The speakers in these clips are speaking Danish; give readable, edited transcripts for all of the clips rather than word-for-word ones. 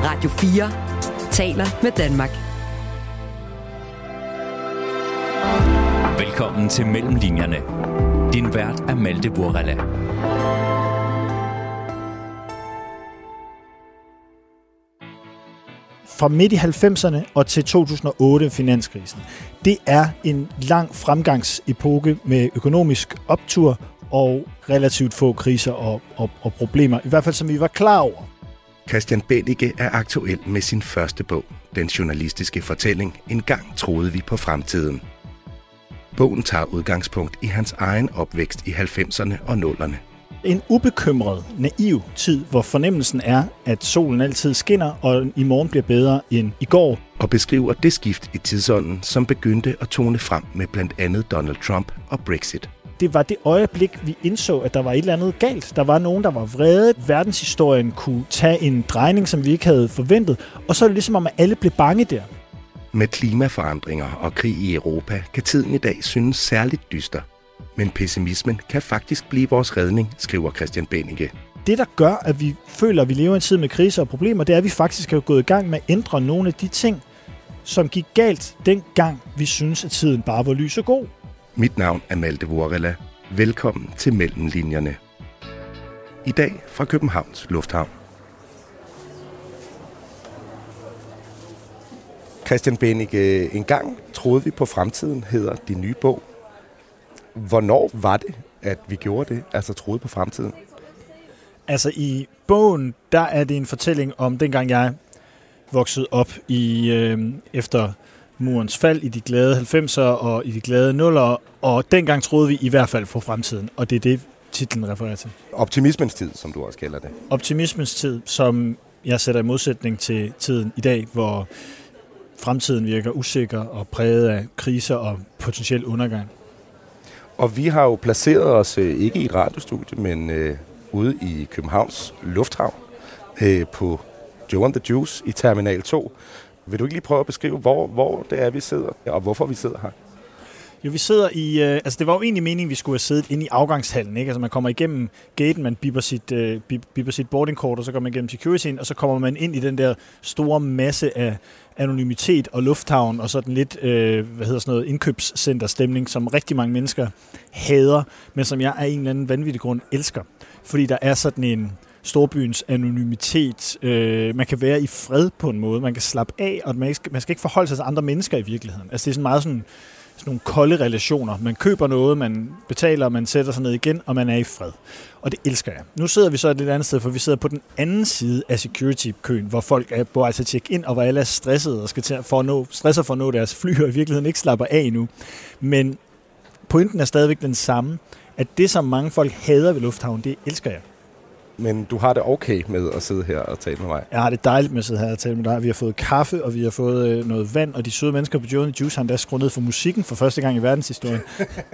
Radio 4 taler med Danmark. Velkommen til Mellemlinjerne. Din vært er Malte Borrella. Fra midt i 90'erne og til 2008 finanskrisen. Det er en lang fremgangsepoke med økonomisk optur og relativt få kriser og problemer, i hvert fald som vi var klar over. Christian Bennike er aktuel med sin første bog, Den journalistiske fortælling, En gang troede vi på fremtiden. Bogen tager udgangspunkt i hans egen opvækst i 90'erne og 00'erne. En ubekymret, naiv tid, hvor fornemmelsen er, at solen altid skinner, og i morgen bliver bedre end i går. Og beskriver det skift i tidsånden, som begyndte at tone frem med blandt andet Donald Trump og Brexit. Det var det øjeblik, vi indså, at der var et eller andet galt. Der var nogen, der var vrede. Verdenshistorien kunne tage en drejning, som vi ikke havde forventet. Og så er det ligesom om, at alle blev bange der. Med klimaforandringer og krig i Europa kan tiden i dag synes særligt dyster. Men pessimismen kan faktisk blive vores redning, skriver Christian Bennike. Det, der gør, at vi føler, at vi lever i en tid med kriser og problemer, det er, at vi faktisk har gået i gang med at ændre nogle af de ting, som gik galt dengang, vi synes, at tiden bare var lys og god. Mit navn er Malte Borrella. Velkommen til Mellemlinjerne. I dag fra Københavns Lufthavn. Christian Bennike, En gang troede vi på fremtiden, hedder din nye bog. Hvornår var det, at vi gjorde det, altså troede på fremtiden? Altså i bogen, der er det en fortælling om dengang jeg voksede op efter murens fald i de glade 90'er og i de glade 0'er, og dengang troede vi i hvert fald på fremtiden, og det er det, titlen refererer til. Optimismens tid, som du også kalder det. Optimismens tid, som jeg sætter i modsætning til tiden i dag, hvor fremtiden virker usikker og præget af kriser og potentiel undergang. Og vi har jo placeret os ikke i et radiostudie, men ude i Københavns Lufthavn på Joe and the Juice i Terminal 2. Vil du ikke lige prøve at beskrive, hvor det er, vi sidder, og hvorfor vi sidder her? Jo, vi sidder i... det var jo egentlig meningen, vi skulle have siddet inde i afgangshallen, ikke? Altså man kommer igennem gaten, man bipper sit boardingkort, og så går man igennem securityen, og så kommer man ind i den der store masse af anonymitet og lufthavn, og sådan lidt, indkøbscenterstemning, som rigtig mange mennesker hader, men som jeg af en eller anden vanvittig grund elsker. Fordi der er sådan en storbyens anonymitet. Man kan være i fred på en måde, man kan slappe af, og man skal ikke forholde sig til andre mennesker i virkeligheden. Altså det er sådan meget sådan nogle kolde relationer. Man køber noget, man betaler, man sætter sig ned igen, og man er i fred. Og det elsker jeg. Nu sidder vi så et lidt andet sted, for vi sidder på den anden side af security-køen, hvor folk er på vej til at tjekke ind, og hvor alle er stressede og skal stresser for at nå deres fly, og i virkeligheden ikke slapper af endnu. Men pointen er stadigvæk den samme, at det, som mange folk hader ved lufthavnen, det elsker jeg. Men du har det okay med at sidde her og tale med mig? Jeg har det dejligt med at sidde her og tale med dig. Vi har fået kaffe, og vi har fået noget vand, og de søde mennesker på Joe and the Juice har endda skruet ned for musikken for første gang i verdenshistorien.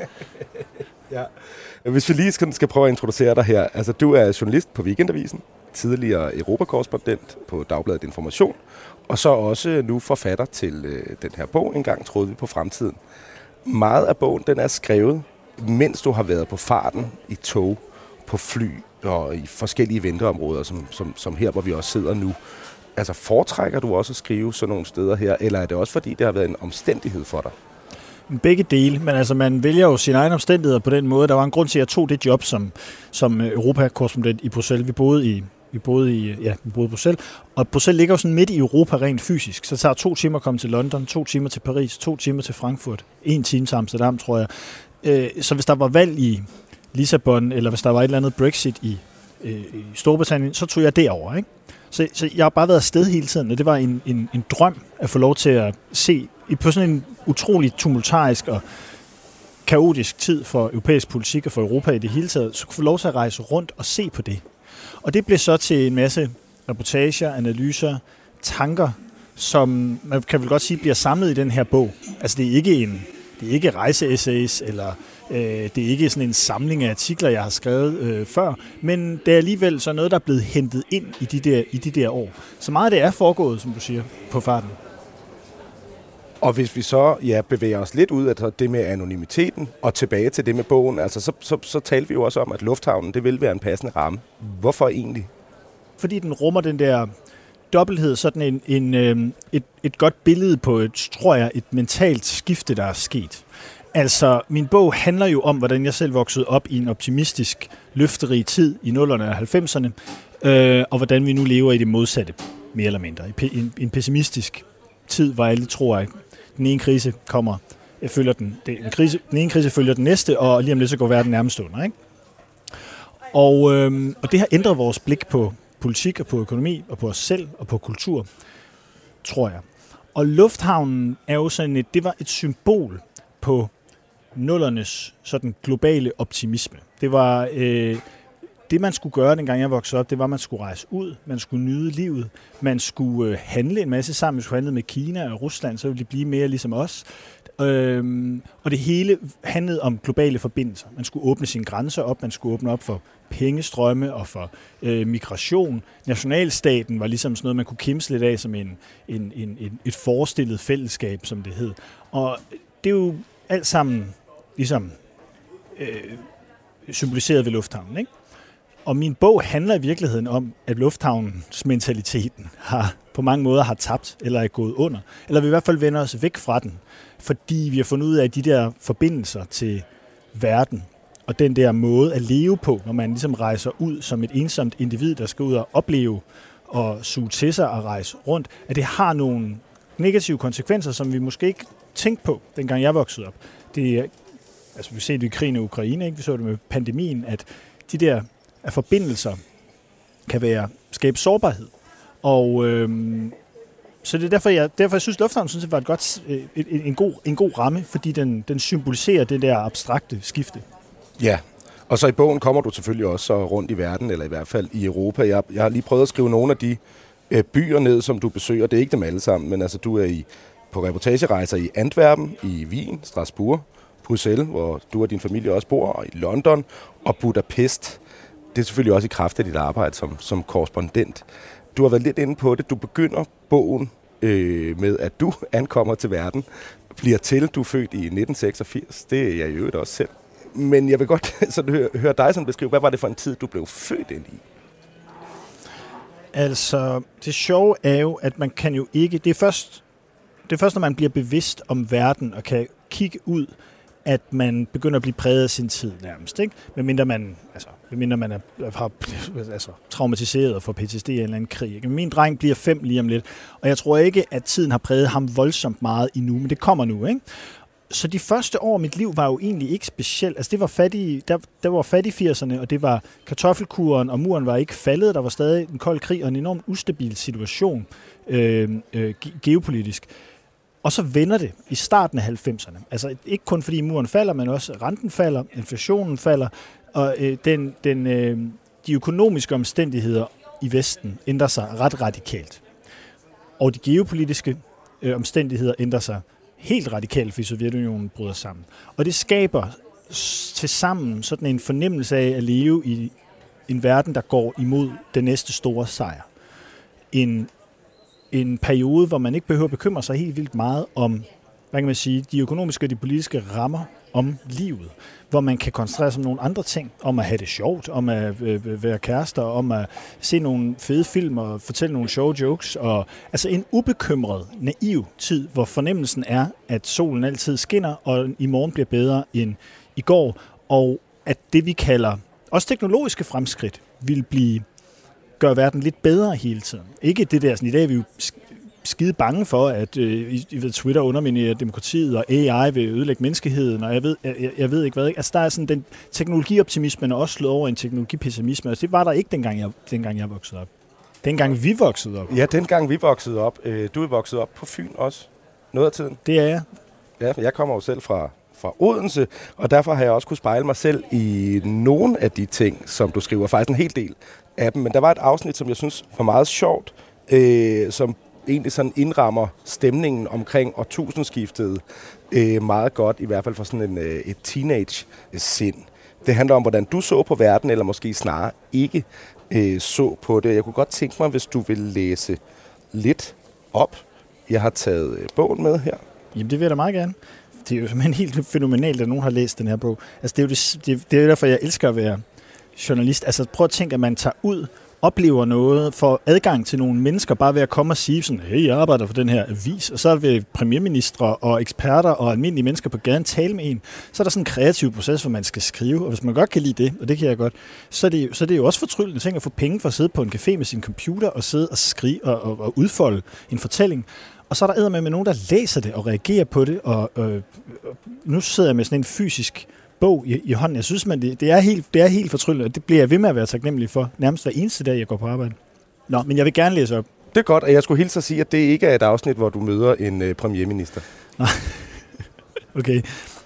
Ja. Hvis vi lige skal prøve at introducere dig her. Altså, du er journalist på Weekendavisen, tidligere Europakorrespondent på Dagbladet Information, og så også nu forfatter til den her bog, En gang troede vi på fremtiden. Meget af bogen, den er skrevet, mens du har været på farten i tog, på fly og i forskellige venteområder, som her, hvor vi også sidder nu. Altså, foretrækker du også at skrive sådan nogle steder her, eller er det også fordi, det har været en omstændighed for dig? Begge dele, men altså man vælger jo sine egne omstændigheder på den måde. Der var en grund til, at jeg tog det job som Europakorrespondent i Bruxelles. Vi boede i Bruxelles, og Bruxelles ligger jo sådan midt i Europa rent fysisk. Så det tager 2 timer at komme til London, 2 timer til Paris, 2 timer til Frankfurt, 1 time til Amsterdam, tror jeg. Så hvis der var valg i Lissabon, eller hvis der var et eller andet Brexit i Storbritannien, så tog jeg derover, ikke? Så jeg har bare været afsted hele tiden, og det var en drøm at få lov til at se på sådan en utrolig tumultarisk og kaotisk tid for europæisk politik og for Europa i det hele taget, så kunne få lov til at rejse rundt og se på det. Og det blev så til en masse reportager, analyser, tanker, som man kan vel godt sige bliver samlet i den her bog. Altså det er ikke rejseessays, eller det er ikke sådan en samling af artikler, jeg har skrevet før, men det er alligevel så noget, der er blevet hentet ind i de der år. Så meget af det er foregået, som du siger, på farten. Og hvis vi så bevæger os lidt ud af det med anonymiteten og tilbage til det med bogen, altså så talte vi jo også om, at lufthavnen, det vil være en passende ramme. Hvorfor egentlig? Fordi den rummer den der dobbelthed, sådan et godt billede på tror jeg, et mentalt skifte, der er sket. Altså, min bog handler jo om, hvordan jeg selv voksede op i en optimistisk, løfterig tid i 0'erne og 90'erne, og hvordan vi nu lever i det modsatte, mere eller mindre. En pessimistisk tid, hvor alle tror, at den ene krise kommer, den ene krise følger den næste, og lige om lidt så går verden nærmest under, ikke? Og det har ændret vores blik på politik og på økonomi og på os selv og på kultur, tror jeg. Og lufthavnen er jo sådan det var et symbol på 0'ernes sådan globale optimisme. Det var det, man skulle gøre, dengang jeg voksede op, det var, at man skulle rejse ud, man skulle nyde livet, man skulle handle en masse sammen, man skulle handle med Kina og Rusland, så ville de blive mere ligesom os. Og det hele handlede om globale forbindelser. Man skulle åbne sine grænser op, man skulle åbne op for pengestrømme og for migration. Nationalstaten var ligesom sådan noget, man kunne kimse lidt af som et forestillet fællesskab, som det hed. Og det er jo alt sammen ligesom symboliseret ved lufthavnen, ikke? Og min bog handler i virkeligheden om, at lufthavnsmentaliteten på mange måder har tabt, eller er gået under. Eller vi i hvert fald vender os væk fra den. Fordi vi har fundet ud af de der forbindelser til verden, og den der måde at leve på, når man ligesom rejser ud som et ensomt individ, der skal ud og opleve og suge til sig og rejse rundt, at det har nogle negative konsekvenser, som vi måske ikke tænkte på, dengang jeg voksede op. Altså vi ser det i krigen i Ukraine, ikke? Vi så det med pandemien, at de der forbindelser kan skabe sårbarhed. Og så det er derfor jeg synes, lufthavnen synes, det var et godt, en god ramme, fordi den symboliserer det der abstrakte skifte. Ja, og så i bogen kommer du selvfølgelig også rundt i verden, eller i hvert fald i Europa. Jeg har lige prøvet at skrive nogle af de byer ned, som du besøger. Det er ikke dem alle sammen, men altså du er på reportagerejser i Antwerpen, i Wien, Strasbourg, Bruxelles, hvor du og din familie også bor, og i London og Budapest. Det er selvfølgelig også i kraft af dit arbejde som korrespondent. Du har været lidt inde på det. Du begynder bogen med, at du ankommer til verden, bliver til. Du er født i 1986. Det er jeg i øvrigt også selv. Men jeg vil godt høre dig sådan beskrive, hvad var det for en tid, du blev født ind i? Altså, det sjove er jo, at man kan jo ikke... Det er først, når man bliver bevidst om verden og kan kigge ud, at man begynder at blive præget af sin tid nærmest, ikke? Medmindre man er traumatiseret og får PTSD i en eller anden krig. Ikke? Min dreng bliver 5 lige om lidt, og jeg tror ikke, at tiden har præget ham voldsomt meget endnu, men det kommer nu, ikke? Så de første år af mit liv var jo egentlig ikke specielt. Altså det var der var fattig 80'erne, og det var kartoffelkuren, og muren var ikke faldet. Der var stadig en kold krig og en enormt ustabil situation geopolitisk. Og så vender det i starten af 90'erne. Altså ikke kun fordi muren falder, men også renten falder, inflationen falder, og de økonomiske omstændigheder i Vesten ændrer sig ret radikalt. Og de geopolitiske omstændigheder ændrer sig helt radikalt, fordi Sovjetunionen bryder sammen. Og det skaber tilsammen sådan en fornemmelse af at leve i en verden, der går imod den næste store sejr. En periode, hvor man ikke behøver at bekymre sig helt vildt meget om, hvad kan man sige, de økonomiske og de politiske rammer om livet, hvor man kan koncentrere sig om nogle andre ting, om at have det sjovt, om at være kærester, om at se nogle fede film og fortælle nogle sjove jokes, og altså en ubekymret, naiv tid, hvor fornemmelsen er, at solen altid skinner, og i morgen bliver bedre end i går, og at det vi kalder, også teknologiske fremskridt, vil gøre verden lidt bedre hele tiden. Ikke det der, sådan i dag er vi jo skide bange for, at Twitter underminerer demokratiet, og AI vil ødelægge menneskeheden, og jeg ved ikke hvad. Altså der er sådan den teknologioptimismen er også slået over en teknologipessimisme, og det var der ikke dengang jeg voksede op. Dengang vi voksede op. Ja, dengang vi voksede op. Du er vokset op på Fyn også, noget af tiden. Det er jeg. Ja, jeg kommer jo selv fra Odense, og derfor har jeg også kunne spejle mig selv i nogle af de ting, som du skriver. Faktisk en hel del af dem, men der var et afsnit, som jeg synes var meget sjovt, som egentlig sådan indrammer stemningen omkring årtusindskiftet meget godt, i hvert fald for sådan et teenage-sind. Det handler om, hvordan du så på verden, eller måske snarere ikke så på det. Jeg kunne godt tænke mig, hvis du vil læse lidt op. Jeg har taget bogen med her. Jamen, det vil jeg da meget gerne. Det er jo simpelthen helt fænomenalt, at nogen har læst den her bog. Altså, det er jo derfor, jeg elsker at være journalist. Altså, prøv at tænke, at man tager ud oplever noget, får adgang til nogle mennesker, bare ved at komme og sige sådan, hey, jeg arbejder for den her avis, og så vil premierministre og eksperter og almindelige mennesker på gaden tale med en. Så er der sådan en kreativ proces, hvor man skal skrive, og hvis man godt kan lide det, og det kan jeg godt, så er det jo også fortryllende ting at få penge for at sidde på en café med sin computer og sidde og skrive og udfolde en fortælling. Og så er der med nogen, der læser det og reagerer på det, og nu sidder jeg med sådan en fysisk bog i hånden. Jeg synes, det er helt fortryllende, og det bliver jeg ved med at være taknemmelig for, nærmest hver eneste dag, jeg går på arbejde. Nå, men jeg vil gerne læse op. Det er godt, og jeg skulle hilse at sige, at det ikke er et afsnit, hvor du møder en premierminister. Nej. Okay.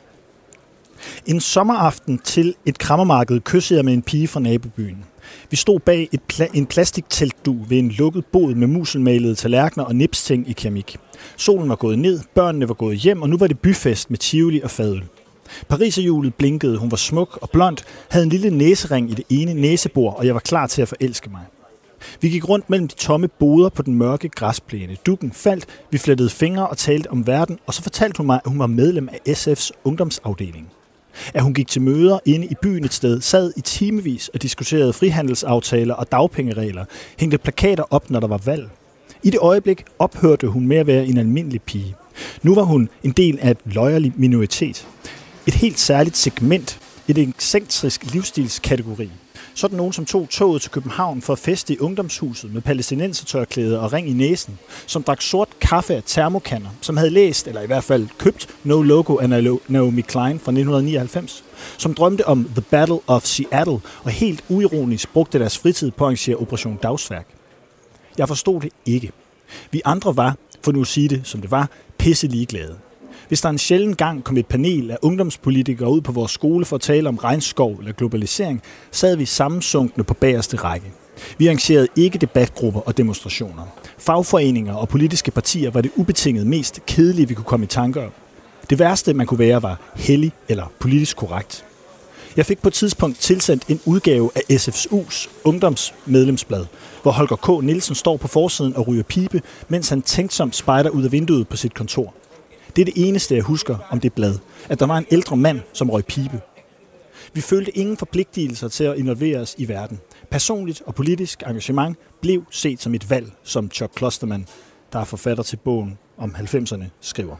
En sommeraften til et krammermarked kyssede jeg med en pige fra nabobyen. Vi stod bag en plastikteltdug ved en lukket bod med muselmalede tallerkener og nipsting i keramik. Solen var gået ned, børnene var gået hjem, og nu var det byfest med tivoli og fadøl. Pariserhjulet blinkede, hun var smuk og blond, havde en lille næsering i det ene næsebor, og jeg var klar til at forelske mig. Vi gik rundt mellem de tomme boder på den mørke græsplæne. Dukken faldt, vi flettede fingre og talte om verden, og så fortalte hun mig, at hun var medlem af SF's ungdomsafdeling. At hun gik til møder inde i byen et sted, sad i timevis og diskuterede frihandelsaftaler og dagpengeregler, hængte plakater op, når der var valg. I det øjeblik ophørte hun med at være en almindelig pige. Nu var hun en del af et løjerlig minoritet. Et helt særligt segment, et excentrisk livsstilskategori. Sådan nogen, som tog toget til København for at feste i ungdomshuset med palæstinensertørklæder og ring i næsen, som drak sort kaffe af termokanner, som havde læst, eller i hvert fald købt, No Logo af Naomi Klein fra 1999, som drømte om The Battle of Seattle og helt uironisk brugte deres fritid på at arrangere Operation Dagsværk. Jeg forstod det ikke. Vi andre var, for nu at sige det som det var, pisse ligeglade. Hvis der en sjælden gang kom et panel af ungdomspolitikere ud på vores skole for at tale om regnskov eller globalisering, sad vi sammensunkne på bagerste række. Vi arrangerede ikke debatgrupper og demonstrationer. Fagforeninger og politiske partier var det ubetinget mest kedelige, vi kunne komme i tanker om. Det værste, man kunne være, var hellig eller politisk korrekt. Jeg fik på et tidspunkt tilsendt en udgave af SFU's ungdomsmedlemsblad, hvor Holger K. Nielsen står på forsiden og ryger pibe, mens han tænksomt spejder ud af vinduet på sit kontor. Det er det eneste, jeg husker om det blad, at der var en ældre mand, som røg pibe. Vi følte ingen forpligtelser til at involvere os i verden. Personligt og politisk engagement blev set som et valg, som Chuck Klosterman, der er forfatter til bogen om 90'erne, skriver.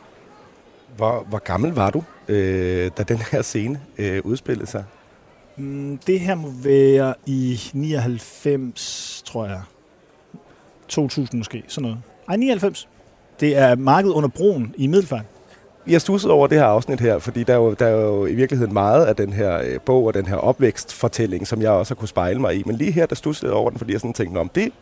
Hvor gammel var du, da den her scene udspillede sig? Det her må være i 99, tror jeg. 2000 måske, sådan noget. 99. Det er markedet under broen i Middelfart. Jeg studsede over det her afsnit her, fordi der er jo i virkeligheden meget af den her bog og den her opvækstfortælling, som jeg også har kunne spejle mig i. Men lige her, der studsede jeg over den, fordi jeg sådan tænkte, om det...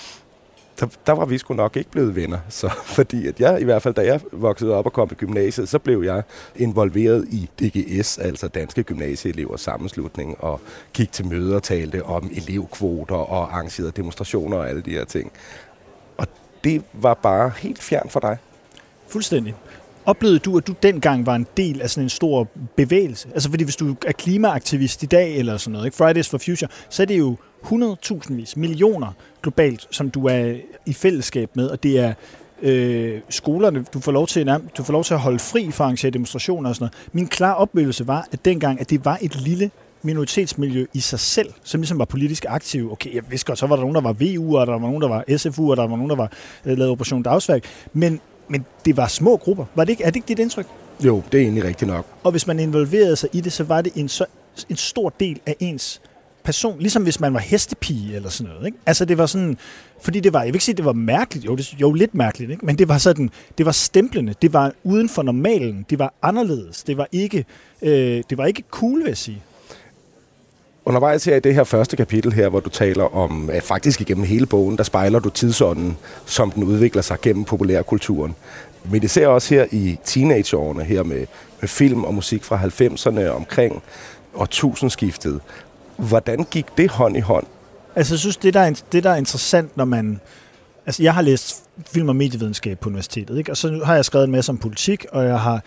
Der var vi sgu nok ikke blevet venner. Så, fordi at jeg, i hvert fald da jeg voksede op og kom i gymnasiet, så blev jeg involveret i DGS, altså Danske Gymnasieelevers Sammenslutning, og gik til møder og talte om elevkvoter og arrangerede demonstrationer og alle de her ting. Og det var bare helt fjern for dig. Fuldstændig. Oplevede du, at du dengang var en del af sådan en stor bevægelse? Altså fordi hvis du er klimaaktivist i dag eller sådan noget, ikke? Fridays for Future, så er det jo 100.000 millioner globalt, som du er i fællesskab med, og det er skolerne, du får lov til at holde fri for at arrangere demonstrationer og sådan noget. Min klare oplevelse var, at dengang, at det var et lille minoritetsmiljø i sig selv, som ligesom var politisk aktiv. Okay, jeg vidste godt, så var der nogen, der var VU'er, der var nogen, der var SFU'er, der var nogen, der var lavet Operation Dagsværk, men det var små grupper. Er det ikke dit indtryk? Jo, det er egentlig rigtigt nok. Og hvis man involverede sig i det, så var det en stor del af ens person, ligesom hvis man var hestepige eller sådan noget, ikke? Altså det var sådan, fordi det var, jeg vil ikke sige, det var mærkeligt, jo lidt mærkeligt, ikke? Men det var sådan, det var stemplende, det var uden for normalen, det var anderledes, det var ikke cool, vil jeg sige. Undervejs her i det her første kapitel her, hvor du taler om, at faktisk igennem hele bogen, der spejler du tidsånden, som den udvikler sig gennem populærkulturen. Men det ser også her i teenageårene her med film og musik fra 90'erne omkring årtusindskiftet. Hvordan gik det hånd i hånd? Altså jeg synes, det der er interessant, når man... Altså jeg har læst film- og medievidenskab på universitetet, ikke? Og så har jeg skrevet en masse om politik, og jeg har...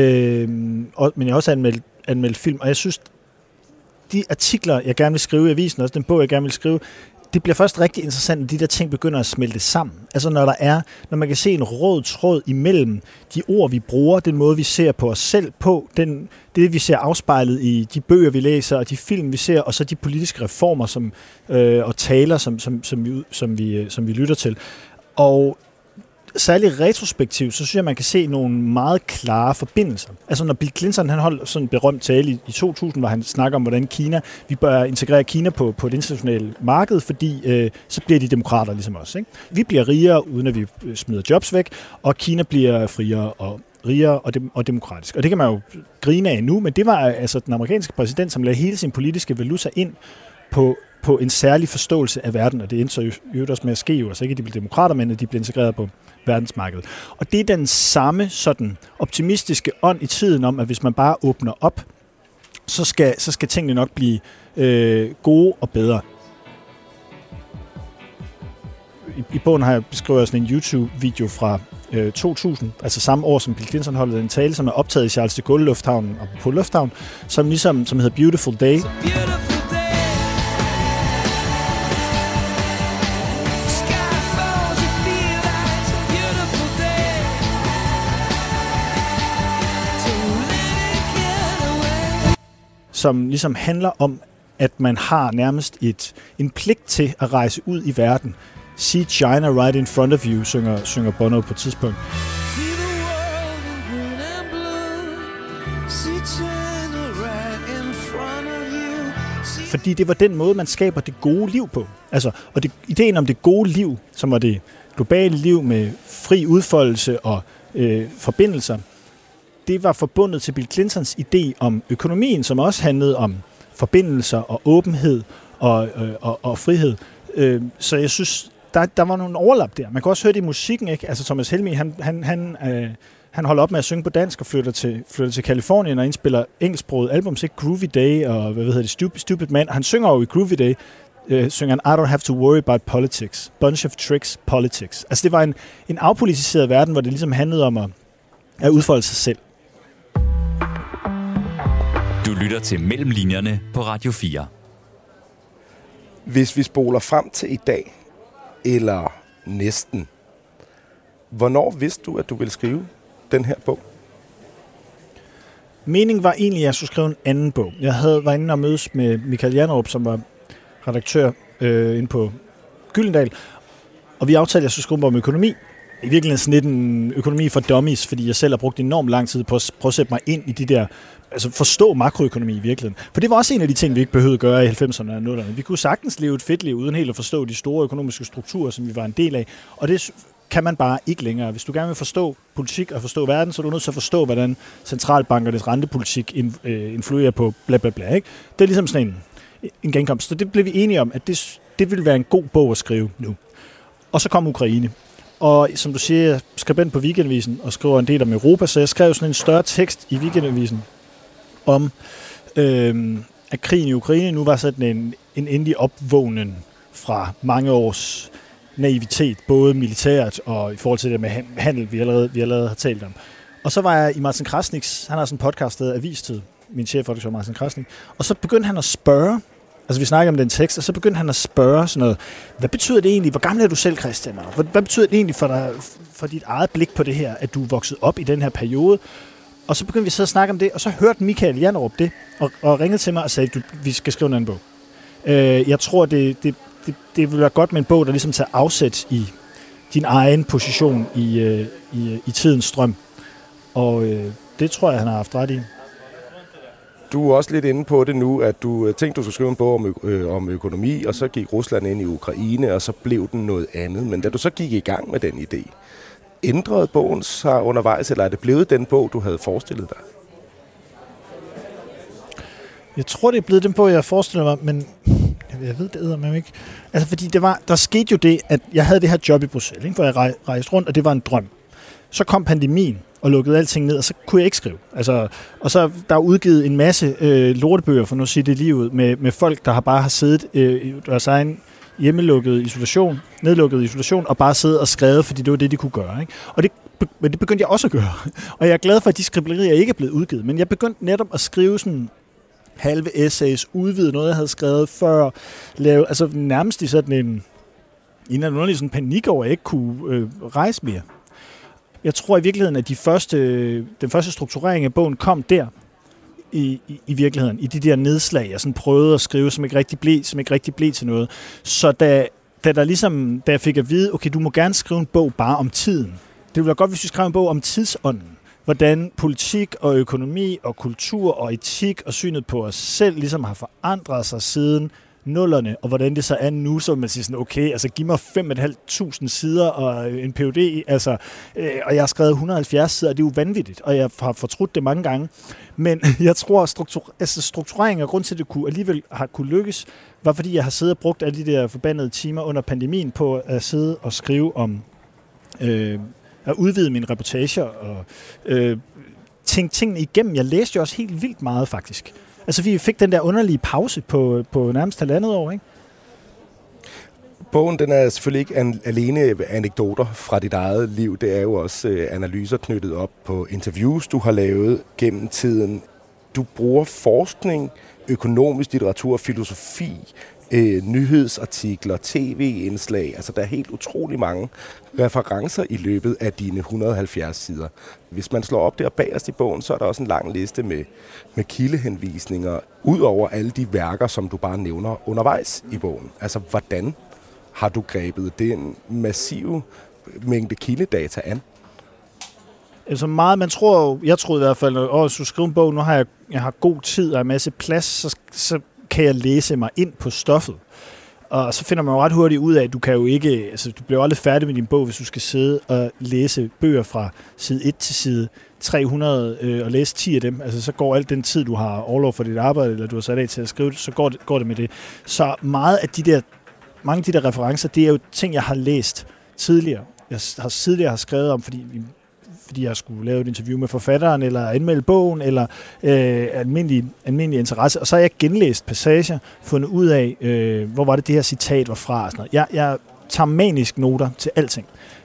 men jeg har også anmeldt film, og jeg synes, de artikler, jeg gerne vil skrive i avisen, også den bog, jeg gerne vil skrive, det bliver først rigtig interessant, når de der ting begynder at smelte sammen. Altså når man kan se en rød tråd imellem de ord, vi bruger, den måde, vi ser på os selv på, det vi ser afspejlet i de bøger, vi læser, og de film, vi ser, og så de politiske reformer og taler, som vi lytter til. Og særligt retrospektivt, så synes jeg, man kan se nogle meget klare forbindelser. Altså når Bill Clinton, han holdt sådan en berømt tale i 2000, hvor han snakker om, hvordan vi bør integrere Kina på et internationalt marked, fordi så bliver de demokrater ligesom os. Ikke? Vi bliver rigere, uden at vi smider jobs væk, og Kina bliver friere og rigere og demokratisk. Og det kan man jo grine af nu, men det var altså den amerikanske præsident, som lagde hele sin politiske valuta ind på en særlig forståelse af verden, og det endte så jo også med at ske jo, altså ikke at de blev demokrater, men at de blev integreret på verdensmarkedet. Og det er den samme sådan optimistiske ånd i tiden om, at hvis man bare åbner op, så skal tingene nok blive gode og bedre. I bogen har jeg beskrevet sådan en YouTube-video fra 2000, altså samme år som Bill Clinton holdt en tale, som er optaget i Charles de Gaulle lufthavnen og på lufthavn, som hedder Beautiful Day. Som ligesom handler om, at man har nærmest en pligt til at rejse ud i verden. See China right in front of you, synger Bono på et tidspunkt. Fordi det var den måde, man skaber det gode liv på. Altså, og ideen om det gode liv, som var det globale liv med fri udfoldelse og forbindelser, det var forbundet til Bill Clintons idé om økonomien, som også handlede om forbindelser og åbenhed og frihed. Så jeg synes, der var nogle overlap der. Man kan også høre det i musikken, ikke? Altså Thomas Helmig, han holder op med at synge på dansk og flytter til Californien og indspiller engelsksproget albums, ikke? Groovy Day og Stupid Man. Han synger jo i Groovy Day, synger han I don't have to worry about politics. Bunch of tricks, politics. Altså det var en afpolitiseret verden, hvor det ligesom handlede om at udfolde sig selv. Du lytter til Mellemlinjerne på Radio 4. Hvis vi spoler frem til i dag, eller næsten, hvornår vidste du, at du ville skrive den her bog? Meningen var egentlig, at jeg skulle skrive en anden bog. Jeg var inde og mødes med Michael Janderup, som var redaktør inde på Gyldendal, og vi aftalte, at jeg skulle skrive om økonomi. I virkeligheden sådan lidt en økonomi for dummies, fordi jeg selv har brugt enormt lang tid på at prøve at sætte mig ind i de der, altså forstå makroøkonomi i virkeligheden. For det var også en af de ting, vi ikke behøvede at gøre i 90'erne og 00'erne. Vi kunne sagtens leve et fedt liv, uden helt at forstå de store økonomiske strukturer, som vi var en del af. Og det kan man bare ikke længere. Hvis du gerne vil forstå politik og forstå verden, så er du nødt til at forstå, hvordan centralbankernes rentepolitik influerer på bla bla bla. Ikke? Det er ligesom sådan en genkomst. Så det blev vi enige om, at det ville være en god bog at skrive nu. Og så kom Ukraine. Og som du siger, jeg skribent på Weekendavisen og skriver en del om Europa, så jeg skrev sådan en større tekst i Weekendavisen om, at krigen i Ukraine nu var sådan en endelig opvågnen fra mange års naivitet, både militært og i forhold til det med handel, vi allerede har talt om. Og så var jeg i Martin Krasniks, han har sådan en podcast, der hedder Avistid, min chefredaktør Martin Krasnik, og så begyndte han at spørge, altså vi snakker om den tekst, og så begyndte han at spørge sådan noget, hvad betyder det egentlig, hvor gammel er du selv, Christian? Hvad betyder det egentlig for dit eget blik på det her, at du er vokset op i den her periode? Og så begyndte vi så at snakke om det, og så hørte Michael Janderup det, og ringede til mig og sagde, vi skal skrive en anden bog. Jeg tror, det vil være godt med en bog, der ligesom tager afsæt i din egen position i tidens strøm. Og det tror jeg, han har haft ret i. Du er også lidt inde på det nu, at du tænkte, du skulle skrive en bog om økonomi, og så gik Rusland ind i Ukraine, og så blev den noget andet. Men da du så gik i gang med den idé, ændrede bogen sig undervejs, eller er det blevet den bog, du havde forestillet dig? Jeg tror, det er blevet den bog, jeg forestillede mig, men jeg ved det eddermame ikke. Altså, fordi der skete jo det, at jeg havde det her job i Bruxelles, ikke, hvor jeg rejste rundt, og det var en drøm. Så kom pandemien og lukkede alting ned, og så kunne jeg ikke skrive. Altså, og så der er udgivet en masse lortebøger, for nu at sige det livet, med folk, der bare har siddet i deres egen nedlukket isolation, og bare siddet og skrevet, fordi det var det, de kunne gøre. Ikke? Men det begyndte jeg også at gøre. Og jeg er glad for, at de skriblerier ikke er blevet udgivet. Men jeg begyndte netop at skrive sådan halve essays, udvide noget, jeg havde skrevet før, lave, altså nærmest i sådan en underlig sådan panik over, at jeg ikke kunne rejse mere. Jeg tror i virkeligheden, at den første strukturering af bogen kom der, i virkeligheden, i de der nedslag, jeg sådan prøvede at skrive, som ikke rigtig blev til noget. Så da jeg fik at vide, okay, du må gerne skrive en bog bare om tiden. Det ville være godt, hvis du skrev en bog om tidsånden. Hvordan politik og økonomi og kultur og etik og synet på os selv ligesom har forandret sig siden nullerne, og hvordan det så er nu, så man siger sådan, okay, altså giv mig 5.500 sider og en PhD, altså, og jeg har skrevet 170 sider, og det er jo vanvittigt, og jeg har fortrudt det mange gange. Men jeg tror, struktureringen og grund til, at det alligevel har kunne lykkes, var fordi jeg har siddet og brugt alle de der forbandede timer under pandemien på at sidde og skrive om at udvide mine reportager og tænke tingene igennem. Jeg læste jo også helt vildt meget, faktisk. Altså, vi fik den der underlige pause på nærmest 1,5 år, ikke? Bogen, den er selvfølgelig ikke alene anekdoter fra dit eget liv. Det er jo også analyser knyttet op på interviews, du har lavet gennem tiden. Du bruger forskning, økonomisk litteratur, filosofi, nyhedsartikler, tv-indslag. Altså, der er helt utrolig mange referencer i løbet af dine 170 sider. Hvis man slår op der bagerst i bogen, så er der også en lang liste med kildehenvisninger, ud over alle de værker, som du bare nævner undervejs i bogen. Altså, hvordan har du grebet den massive mængde kildedata an? Altså meget, jeg troede i hvert fald, at hvis du skriver en bog, nu har jeg har god tid og en masse plads, så kan jeg læse mig ind på stoffet. Og så finder man jo ret hurtigt ud af, at du kan jo ikke, altså du bliver aldrig færdig med din bog, hvis du skal sidde og læse bøger fra side 1 til side 300 og læse 10 af dem. Altså så går alt den tid, du har overlov for dit arbejde, eller du har sat af til at skrive det, så går det med det. Så mange af de der referencer, det er jo ting, jeg har læst tidligere. Jeg har tidligere skrevet om, fordi jeg skulle lave et interview med forfatteren, eller anmelde bogen, eller almindelig interesse. Og så har jeg genlæst passager, fundet ud af, hvor var det her citat var fra. Og sådan noget. Jeg tager manisk noter til alting.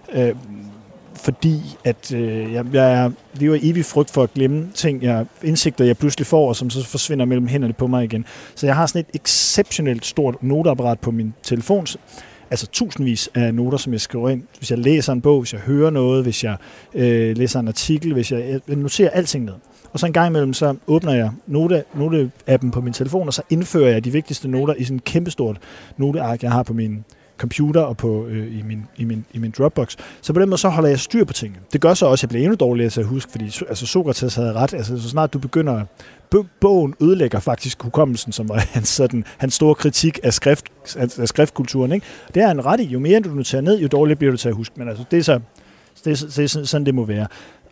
Fordi at jeg lever i evig frygt for at glemme indsigter, jeg pludselig får, og som så forsvinder mellem hænderne på mig igen. Så jeg har sådan et exceptionelt stort noteapparat på min telefon, altså tusindvis af noter, som jeg skriver ind. Hvis jeg læser en bog, hvis jeg hører noget, hvis jeg læser en artikel, hvis jeg noterer alting ned. Og så en gang imellem, så åbner jeg note-appen på min telefon, og så indfører jeg de vigtigste noter i sådan et kæmpestort noteark, jeg har på min computer og på i min Dropbox. Så på den måde så holder jeg styr på tingene. Det gør så også, at jeg bliver endnu dårligere til at huske, fordi altså Sokrates havde ret. Altså så snart du begynder, bogen ødelægger faktisk hukommelsen, som var hans store kritik af skriftkulturen, ikke? Det er en ret i. Jo mere du noterer ned, jo dårligere bliver du til at huske. Men altså det er sådan det må være.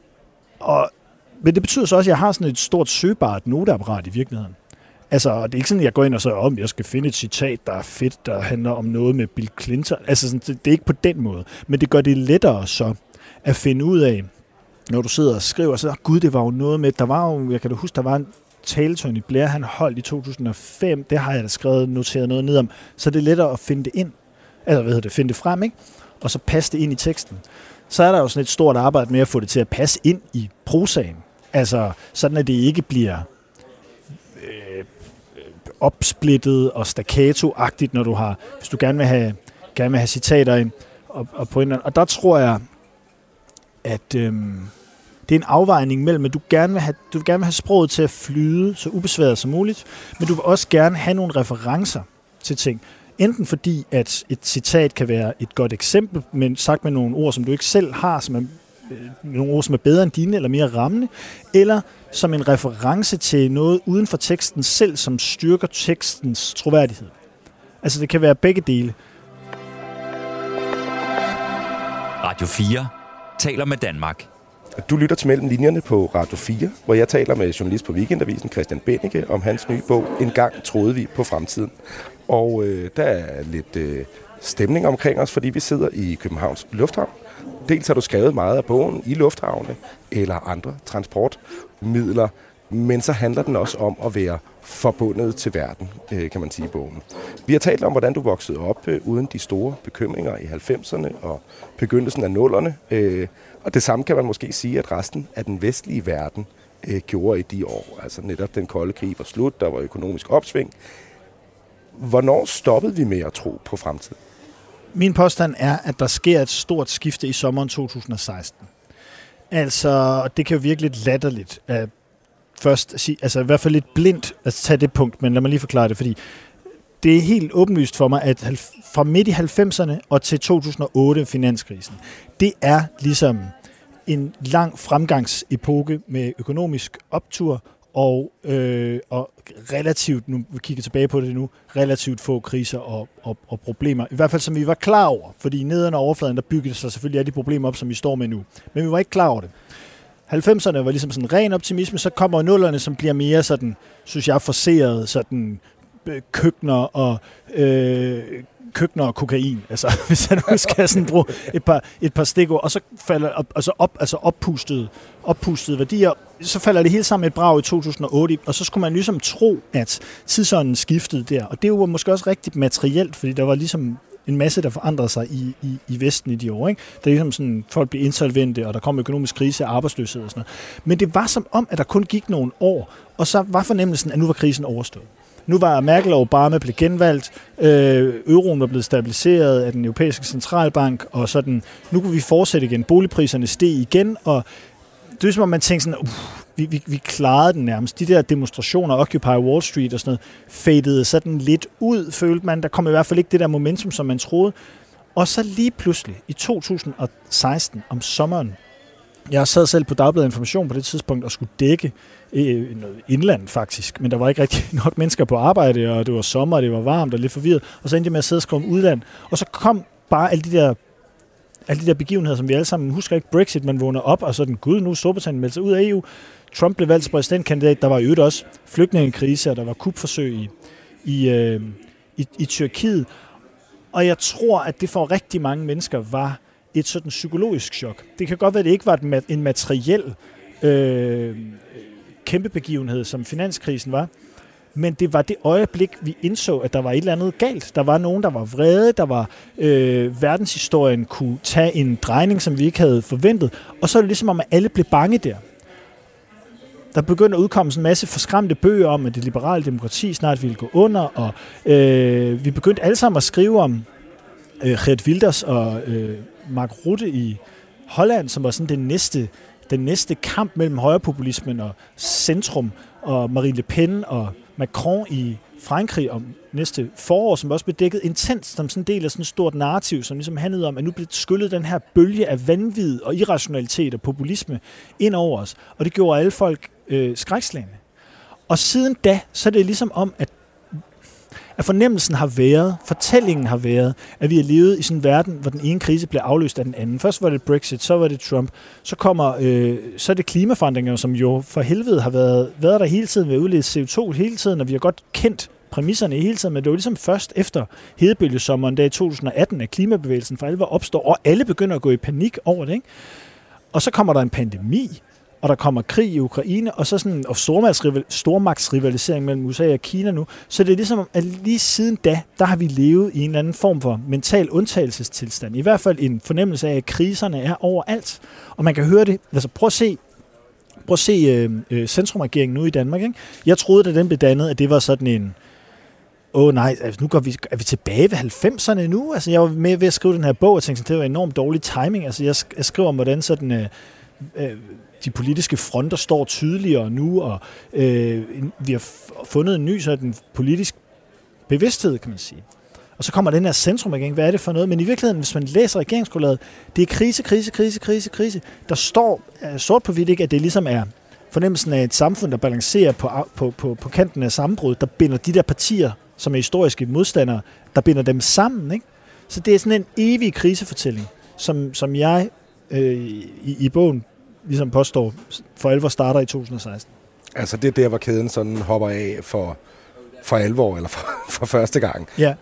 Men det betyder så også, at jeg har sådan et stort søgbart noteapparat i virkeligheden. Altså, det er ikke sådan, at jeg går ind og så jeg skal finde et citat, der er fedt, der handler om noget med Bill Clinton. Altså, sådan, det er ikke på den måde. Men det gør det lettere så at finde ud af, når du sidder og skriver, så gud, det var jo noget med, jeg kan da huske, der var en tale, Tony Blair, han holdt i 2005, det har jeg da noteret noget ned om, så det er lettere at finde det ind, altså finde det frem, ikke? Og så passe det ind i teksten. Så er der jo sådan et stort arbejde med at få det til at passe ind i prosaen. Altså, sådan at det ikke bliver opsplittet og staccato-agtigt, når du har, hvis du gerne vil have citater ind og pointer. Og der tror jeg, at det er en afvejning mellem, at du gerne vil have sproget til at flyde så ubesværet som muligt, men du vil også gerne have nogle referencer til ting. Enten fordi, at et citat kan være et godt eksempel, men sagt med nogle ord, som du ikke selv har, som er nogle ord, som er bedre end dine, eller mere rammende, eller som en reference til noget uden for teksten selv, som styrker tekstens troværdighed. Altså, det kan være begge dele. Radio 4 taler med Danmark. Du lytter til Mellem Linjerne på Radio 4, hvor jeg taler med journalist på Weekendavisen, Christian Bennike, om hans nye bog, En gang troede vi på fremtiden. Og der er lidt stemning omkring os, fordi vi sidder i Københavns Lufthavn. Dels har du skrevet meget af bogen i lufthavne eller andre transportmidler, men så handler den også om at være forbundet til verden, kan man sige i bogen. Vi har talt om, hvordan du voksede op uden de store bekymringer i 90'erne og begyndelsen af 00'erne. Og det samme kan man måske sige, at resten af den vestlige verden gjorde i de år. Altså netop den kolde krig var slut, der var økonomisk opsving. Hvornår stoppede vi med at tro på fremtiden? Min påstand er, at der sker et stort skifte i sommeren 2016. Altså, det kan jo virke lidt latterligt at først sige, altså i hvert fald lidt blindt at tage det punkt, men lad mig lige forklare det, fordi det er helt åbenlyst for mig, at fra midt i 90'erne og til 2008 finanskrisen, det er ligesom en lang fremgangsepoke med økonomisk optur og relativt, nu vi kigger tilbage på det nu, relativt få kriser og problemer. I hvert fald som vi var klar over, fordi neden og overfladen, der byggede sig selvfølgelig alle de problemer op, som vi står med nu. Men vi var ikke klar over det. 90'erne var ligesom sådan ren optimisme, så kommer 0'erne, som bliver mere sådan, synes jeg, forceret, sådan køkkener og kokain, altså hvis jeg nu skal sådan bruge et par stikord, og så falder oppustede værdier, så falder det hele sammen et brag i 2008, og så skulle man ligesom tro, at tidsånden skiftede der, og det var måske også rigtig materielt, fordi der var ligesom en masse, der forandrede sig i Vesten i de år, ikke? Der er ligesom sådan, folk blev insolvente, og der kom økonomisk krise og arbejdsløshed og sådan noget. Men det var som om, at der kun gik nogle år, og så var fornemmelsen, at nu var krisen overstået. Nu var Merkel og Obama blevet genvalgt, euroen var blevet stabiliseret af den europæiske centralbank, og sådan, nu kunne vi fortsætte igen. Boligpriserne steg igen, og det er som om man tænkte sådan, vi klarede den nærmest. De der demonstrationer, Occupy Wall Street og sådan noget, fadede sådan lidt ud, følte man. Der kom i hvert fald ikke det der momentum, som man troede. Og så lige pludselig, i 2016, om sommeren, jeg sad selv på Dagbladet Information på det tidspunkt og skulle dække noget indland faktisk, men der var ikke rigtig nok mennesker på arbejde, og det var sommer, og det var varmt og lidt forvirret, og så endte jeg med at sidde og skrive om udland, og så kom bare alle de der begivenheder, som vi alle sammen husker ikke. Brexit, man vågner op, og sådan, gud, nu er Storbritannien meldt sig ud af EU. Trump blev valgt som præsidentkandidat, der var i øvrigt også flygtningekrise, og der var kupforsøg i Tyrkiet. Og jeg tror, at det for rigtig mange mennesker var et sådan psykologisk chok. Det kan godt være, at det ikke var en materiel kæmpe begivenhed, som finanskrisen var, men det var det øjeblik, vi indså, at der var et eller andet galt. Der var nogen, der var vrede, der var verdenshistorien kunne tage en drejning, som vi ikke havde forventet, og så er det ligesom om, at alle blev bange der. Der begyndte at udkomme en masse forskræmte bøger om, at det liberale demokrati snart ville gå under, og vi begyndte alle sammen at skrive om Geert Wilders og Mark Rutte i Holland, som var sådan den næste kamp mellem højrepopulismen og centrum, og Marine Le Pen og Macron i Frankrig om næste forår, som også blev dækket intenst som sådan en del af sådan et stort narrativ, som ligesom handlede om, at nu blev skyllet den her bølge af vanvid og irrationalitet og populisme ind over os, og det gjorde alle folk skrækslagne. Og siden da, så er det ligesom om, at fornemmelsen har været, fortællingen har været, at vi har levet i sådan en verden, hvor den ene krise bliver afløst af den anden. Først var det Brexit, så var det Trump, så er det klimaforandringer, som jo for helvede har været der hele tiden, ved at udlede CO2 hele tiden, og vi har godt kendt præmisserne hele tiden, men det var ligesom først efter hedebølgesommeren der i 2018, at klimabevægelsen for alvor opstår, og alle begynder at gå i panik over det, ikke? Og så kommer der en pandemi, og der kommer krig i Ukraine, og så sådan og stormagtsrivalisering mellem USA og Kina nu. Så det er ligesom, at lige siden da, der har vi levet i en eller anden form for mental undtagelsestilstand. I hvert fald en fornemmelse af, at kriserne er overalt. Og man kan høre det. Altså prøv at se centrumregeringen nu i Danmark, ikke? Jeg troede, da den blev dannet, at det var sådan en nej, altså nu er vi tilbage ved 90'erne nu? Altså jeg var med ved at skrive den her bog, og tænkte, det var enormt dårlig timing. Altså jeg skriver om, hvordan sådan de politiske fronter står tydeligere nu, og vi har fundet en ny sådan politisk bevidsthed, kan man sige. Og så kommer den her centrumregering. Hvad er det for noget? Men i virkeligheden, hvis man læser regeringsgrundlaget, det er krise. Der står sort på hvidt, ikke, at det ligesom er fornemmelsen af et samfund, der balancerer på kanten af sammenbrud, der binder de der partier, som er historiske modstandere, der binder dem sammen, ikke? Så det er sådan en evig krisefortælling, som jeg i bogen ligesom påstår for alvor starter i 2016. Altså det er der, hvor kæden sådan hopper af for alvor, eller for første gang. Ja.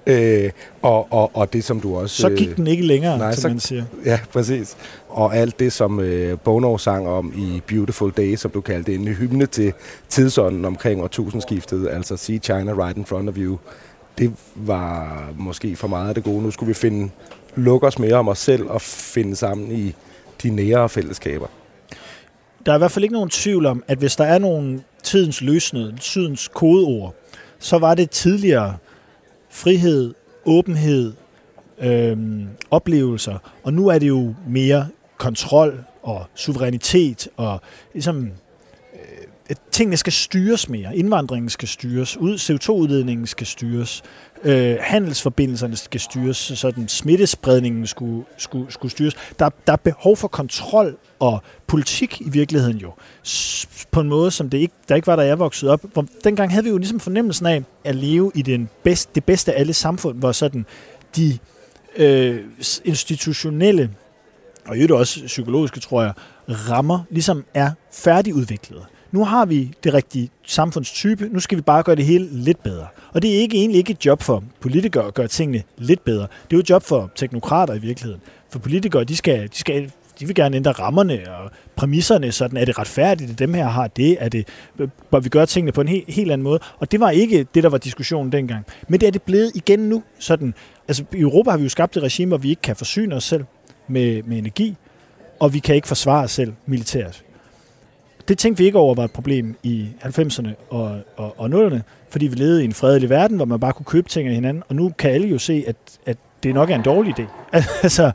Og det, som du også... Så gik den ikke længere, som man siger. Ja, præcis. Og alt det, som Bono sang om i Beautiful Day, som du kaldte en hymne til tidsånden omkring årtusindskiftet, altså See China right in front of you, det var måske for meget af det gode. Nu skulle vi lukke os mere om os selv og finde sammen i de nære fællesskaber. der er i hvert fald ikke nogen tvivl om, at hvis der er nogle tidens løsninger, tidens kodeord, så var det tidligere frihed, åbenhed, oplevelser, og nu er det jo mere kontrol og suverænitet, og ligesom tingene skal styres mere. Indvandringen skal styres, CO2-udledningen skal styres, handelsforbindelserne skal styres, så den smittespredningen skulle styres. Der er behov for kontrol og politik i virkeligheden jo, på en måde, som der ikke var, da jeg voksede op. Dengang havde vi jo ligesom fornemmelsen af at leve i det bedste af alle samfund, hvor sådan de institutionelle, og i øvrigt også psykologiske, tror jeg, rammer ligesom er færdigudviklede. Nu har vi det rigtige samfundstype, nu skal vi bare gøre det hele lidt bedre. Og det er egentlig ikke et job for politikere at gøre tingene lidt bedre. Det er jo et job for teknokrater i virkeligheden. For politikere, de vil gerne ændre rammerne og præmisserne, sådan er det retfærdigt, at dem her har det, bør vi gøre tingene på en helt anden måde. Og det var ikke det, der var diskussionen dengang. Men det er det blevet igen nu. Sådan, altså i Europa har vi jo skabt et regime, hvor vi ikke kan forsyne os selv med energi, og vi kan ikke forsvare os selv militært. Det tænkte vi ikke over var et problem i 90'erne og 0'erne, fordi vi levede i en fredelig verden, hvor man bare kunne købe ting af hinanden, og nu kan alle jo se, at det nok er en dårlig idé. Altså,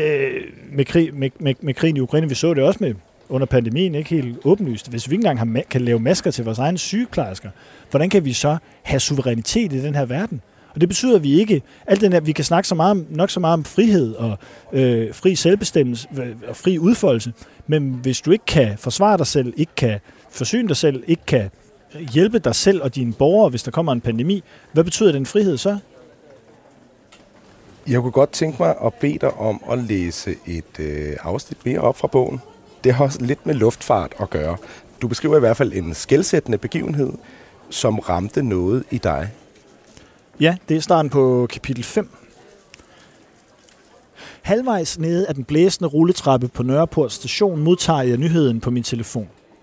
med krigen i Ukraine, vi så det også med under pandemien, ikke helt åbenlyst. Hvis vi ikke engang kan lave masker til vores egne sygeplejersker, hvordan kan vi så have suverænitet i den her verden? Og det betyder, at vi ikke, alt den her, vi kan snakke nok så meget om frihed og fri selvbestemmelse og fri udfoldelse, men hvis du ikke kan forsvare dig selv, ikke kan forsyne dig selv, ikke kan hjælpe dig selv og dine borgere, hvis der kommer en pandemi, hvad betyder den frihed så? Jeg kunne godt tænke mig at bede dig om at læse et afsnit mere op fra bogen. Det har også lidt med luftfart at gøre. Du beskriver i hvert fald en skelsættende begivenhed, som ramte noget i dig. Ja, det er starten på kapitel 5. Halvvejs nede af den blæsende rulletrappe på Nørreport station modtager jeg nyheden på min telefon.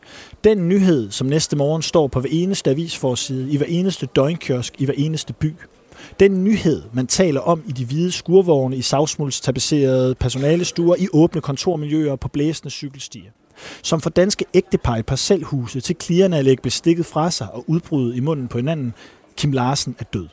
Den nyhed, som næste morgen står på hver eneste avisforside, i hver eneste døgnkiosk, i hver eneste by. Den nyhed, man taler om i de hvide skurvogne, i savsmuldstapisserede personalestuer, i åbne kontormiljøer på blæsende cykelstier. Som for danske ægtepar i parcelhuse til klierne at lægge bestikket fra sig og udbryde i munden på hinanden, Kim Larsen er død.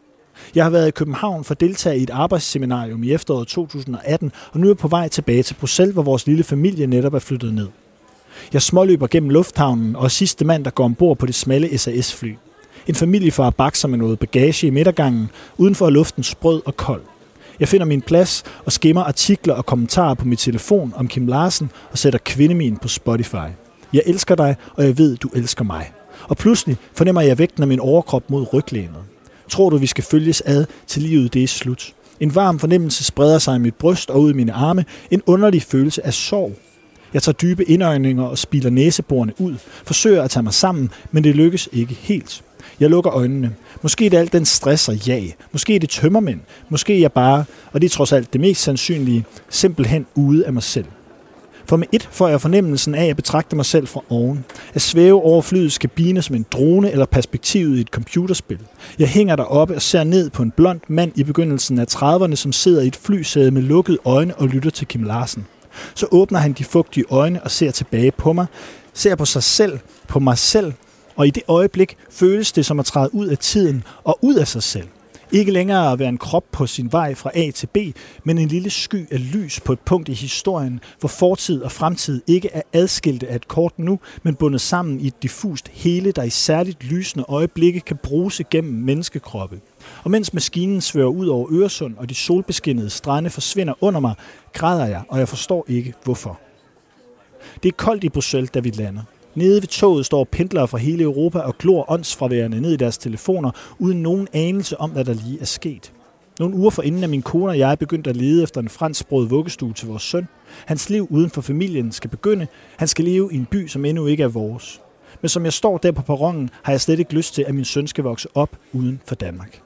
Jeg har været i København for at deltage i et arbejdsseminarium i efteråret 2018, og nu er jeg på vej tilbage til Bruxelles, hvor vores lille familie netop er flyttet ned. Jeg småløber gennem lufthavnen og er sidste mand, der går ombord på det smalle SAS-fly. En familiefar bakser med noget bagage i midtergangen, udenfor er luften sprød og kold. Jeg finder min plads og skimmer artikler og kommentarer på min telefon om Kim Larsen og sætter Kvindemin på Spotify. Jeg elsker dig, og jeg ved, du elsker mig. Og pludselig fornemmer jeg vægten af min overkrop mod ryglænet. Tror du, vi skal følges ad, til livet det er slut? En varm fornemmelse spreder sig i mit bryst og ud i mine arme. En underlig følelse af sorg. Jeg tager dybe indøjninger og spiler næseborene ud. Forsøger at tage mig sammen, men det lykkes ikke helt. Jeg lukker øjnene. Måske er det alt den stress og jag. Måske er det tømmermænd. Måske er jeg bare, og det er trods alt det mest sandsynlige, simpelthen ude af mig selv. For med et får jeg fornemmelsen af at betragte mig selv fra oven. At svæve over flyets kabine som en drone eller perspektivet i et computerspil. Jeg hænger deroppe og ser ned på en blond mand i begyndelsen af 30'erne, som sidder i et flysæde med lukkede øjne og lytter til Kim Larsen. Så åbner han de fugtige øjne og ser tilbage på mig. Ser på sig selv, på mig selv. Og i det øjeblik føles det som at træde ud af tiden og ud af sig selv. Ikke længere at være en krop på sin vej fra A til B, men en lille sky af lys på et punkt i historien, hvor fortid og fremtid ikke er adskilte af et kort nu, men bundet sammen i et diffust hele, der i særligt lysende øjeblikke kan bruse gennem menneskekroppe. Og mens maskinen svæver ud over Øresund, og de solbeskinnede strande forsvinder under mig, græder jeg, og jeg forstår ikke hvorfor. Det er koldt i Bruxelles, da vi lander. Nede ved toget står pendlere fra hele Europa og glor åndsfraværende ned i deres telefoner, uden nogen anelse om, hvad der lige er sket. Nogle uger forinden er min kone og jeg begyndt at lede efter en fransksproget vuggestue til vores søn. Hans liv uden for familien skal begynde. Han skal leve i en by, som endnu ikke er vores. Men som jeg står der på perronen, har jeg slet ikke lyst til, at min søn skal vokse op uden for Danmark.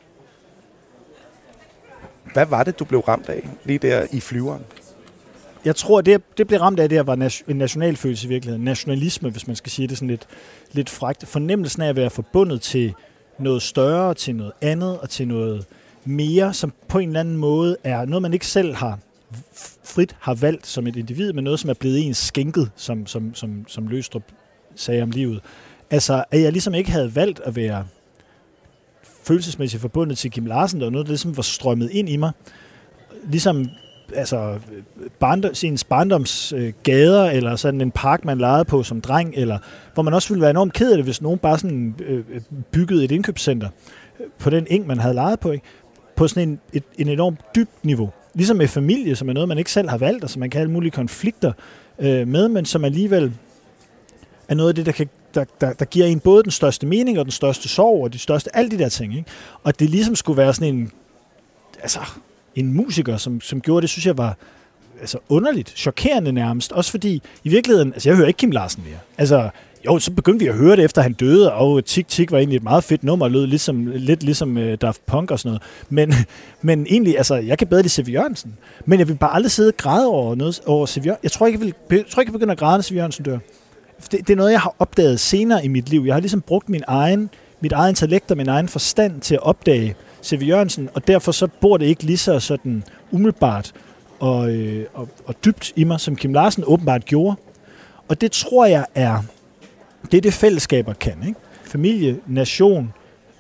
Hvad var det, du blev ramt af lige der i flyveren? Jeg tror, det blev ramt af, det var en nationalfølelse i virkeligheden. Nationalisme, hvis man skal sige det sådan lidt frækt. Fornemmelsen af at være forbundet til noget større, til noget andet og til noget mere, som på en eller anden måde er noget, man ikke selv har frit har valgt som et individ, men noget, som er blevet ens skænket, som Løgstrup sagde om livet. Altså, at jeg ligesom ikke havde valgt at være følelsesmæssigt forbundet til Kim Larsen, der var noget, der ligesom var strømmet ind i mig. Ligesom altså, ens barndoms gader, eller sådan en park, man legede på som dreng, eller hvor man også ville være enormt ked af det, hvis nogen bare sådan byggede et indkøbscenter på den eng, man havde leget på, ikke? På sådan en enormt dybt niveau. Ligesom med familie, som er noget, man ikke selv har valgt, og som man kan have alle mulige konflikter med, men som alligevel er noget af det, der giver en både den største mening, og den største sorg, og de største, alle de der ting, ikke? Og det ligesom skulle være sådan en musiker, som gjorde det, synes jeg var underligt, chokerende nærmest. Også fordi, i virkeligheden, jeg hører ikke Kim Larsen mere. Jo, så begyndte vi at høre det, efter han døde, og Tik Tik var egentlig et meget fedt nummer, lød lidt ligesom Daft Punk og sådan noget. Men egentlig, jeg kan bedre lide C.V. Jørgensen. Men jeg vil bare aldrig sidde og græde over C.V. Jørgensen. Jeg tror ikke, jeg begynder at græde, når C.V. Jørgensen dør. Det er noget, jeg har opdaget senere i mit liv. Jeg har ligesom brugt mit eget intellekt og min egen forstand til at opdage C.V. Jørgensen, og derfor så bor det ikke lige så sådan umiddelbart og dybt i mig, som Kim Larsen åbenbart gjorde. Og det tror jeg er det fællesskaber kan, ikke? Familie, nation,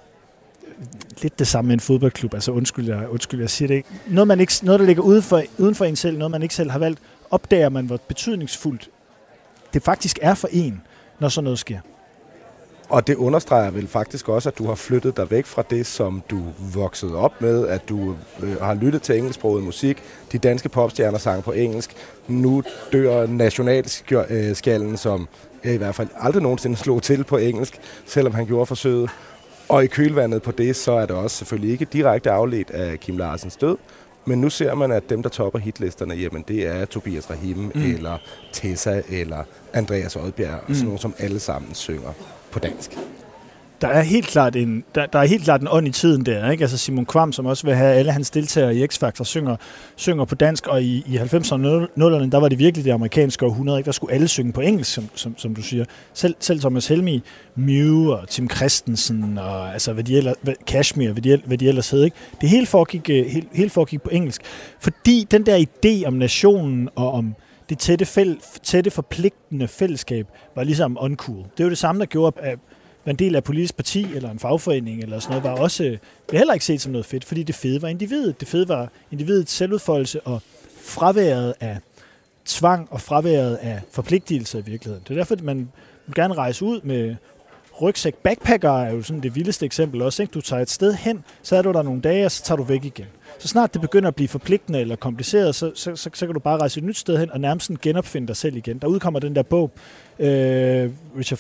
lidt det samme med en fodboldklub, undskyld, jeg siger det ikke. Noget, der ligger uden for en selv, noget man ikke selv har valgt, opdager man, hvor betydningsfuldt det faktisk er for en, når sådan noget sker. Og det understreger vel faktisk også, at du har flyttet dig væk fra det, som du voksede op med, at du har lyttet til engelsksproget musik, de danske popstjerner sang på engelsk. Nu dør nationalskjalden, som jeg i hvert fald aldrig nogensinde slog til på engelsk, selvom han gjorde forsøget. Og i kølvandet på det, så er det også selvfølgelig ikke direkte afledt af Kim Larsens død, men nu ser man, at dem, der topper hitlisterne, jamen det er Tobias Rahim, eller Tessa, eller Andreas Odbjerg, og sådan nogle, som alle sammen synger på dansk. Der er helt klart en ånd i tiden der, ikke? Altså Simon Kvam, som også vil have alle hans deltagere i X-Factor, synger på dansk, og i 90'erne og 0'erne, der var det virkelig det amerikanske århundrede, ikke? Der skulle alle synge på engelsk, som du siger. Selv Thomas Helmig, Mew og Tim Christensen, og altså Kashmir, hvad de ellers hed, ikke? Det hele foregik på engelsk. Fordi den der idé om nationen og om det tætte forpligtende fællesskab var ligesom uncool. Det er jo det samme, der gjorde, at en del af politisk parti eller en fagforening eller sådan noget, var også heller ikke set som noget fedt, fordi det fede var individet. Det fede var individets selvudfoldelse og fraværet af tvang og fraværet af forpligtelser i virkeligheden. Det er derfor, at man vil gerne rejse ud med rygsæk. Backpacker er jo sådan det vildeste eksempel også, ikke? Du tager et sted hen, så er du der nogle dage, og så tager du væk igen. Så snart det begynder at blive forpligtende eller kompliceret, så kan du bare rejse et nyt sted hen og nærmest genopfinde dig selv igen. Der udkommer den der bog, Richard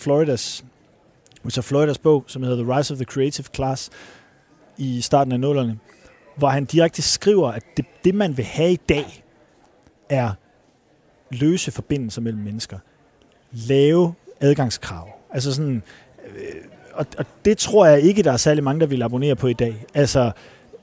Floridas bog, som hedder The Rise of the Creative Class, i starten af 00'erne, hvor han direkte skriver, at det man vil have i dag, er løse forbindelser mellem mennesker. Lave adgangskrav. Altså sådan, og det tror jeg ikke, der er særlig mange, der vil abonnere på i dag. Altså,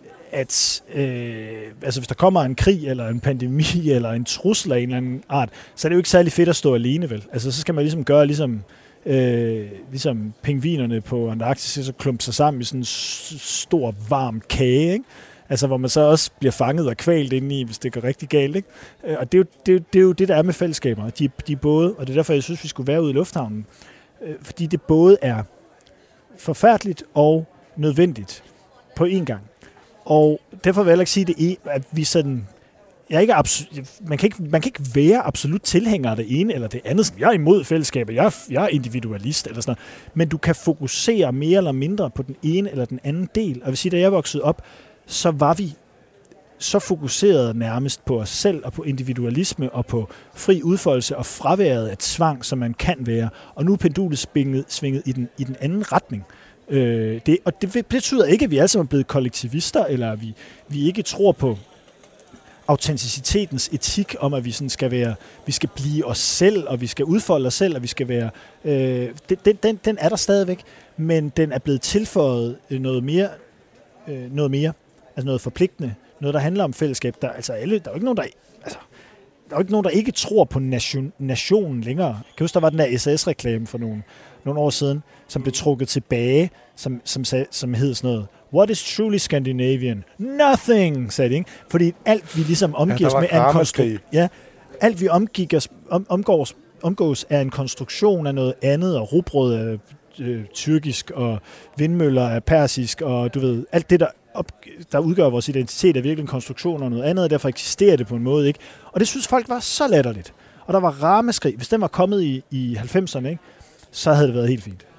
hvis der kommer en krig, eller en pandemi, eller en trussel af en eller anden art, så er det jo ikke særlig fedt at stå alene, vel? Altså, så skal man ligesom gøre ligesom pingvinerne på Antarktis, så klumpe sig sammen i sådan en stor, varm kage, ikke? Altså, hvor man så også bliver fanget og kvalt indeni, hvis det går rigtig galt, ikke? Og det er jo det, der er med fællesskaber. De er både, og det er derfor, jeg synes, vi skulle være ude i lufthavnen, fordi det både er forfærdeligt og nødvendigt på én gang. Og derfor vil jeg ikke sige det, at vi sådan... Man kan ikke være absolut tilhænger af det ene eller det andet. Jeg er imod fællesskabet, jeg er individualist eller sådan noget. Men du kan fokusere mere eller mindre på den ene eller den anden del. Og jeg vil sige, da jeg voksede op, så var vi så fokuseret nærmest på os selv og på individualisme og på fri udfoldelse og fraværet af tvang, som man kan være. Og nu er pendulet svinget i den anden retning. Det betyder ikke, at vi alle sammen er blevet kollektivister, eller vi ikke tror på autenticitetens etik om, at vi sådan vi skal blive os selv, og vi skal udfolde os selv, og vi skal være... Den er der stadigvæk, men den er blevet tilføjet noget mere, altså noget forpligtende, noget, der handler om fællesskab. Der er jo ikke nogen, der ikke tror på nationen længere. Jeg kan huske, der var den der SAS-reklame for nogle år siden, som blev trukket tilbage, som hed sådan noget, what is truly Scandinavian? Nothing, sagde de, ikke? Fordi alt vi ligesom omgives med er en konstruktion. Ja, alt vi omgås er en konstruktion af noget andet, og rugbrød er tyrkisk, og vindmøller er persisk, og du ved, alt det, der udgør vores identitet, er virkelig en konstruktion og noget andet, og derfor eksisterer det på en måde, ikke? Og det synes folk var så latterligt. Og der var ramaskrig. Hvis den var kommet i 90'erne, ikke, så havde det været helt fint.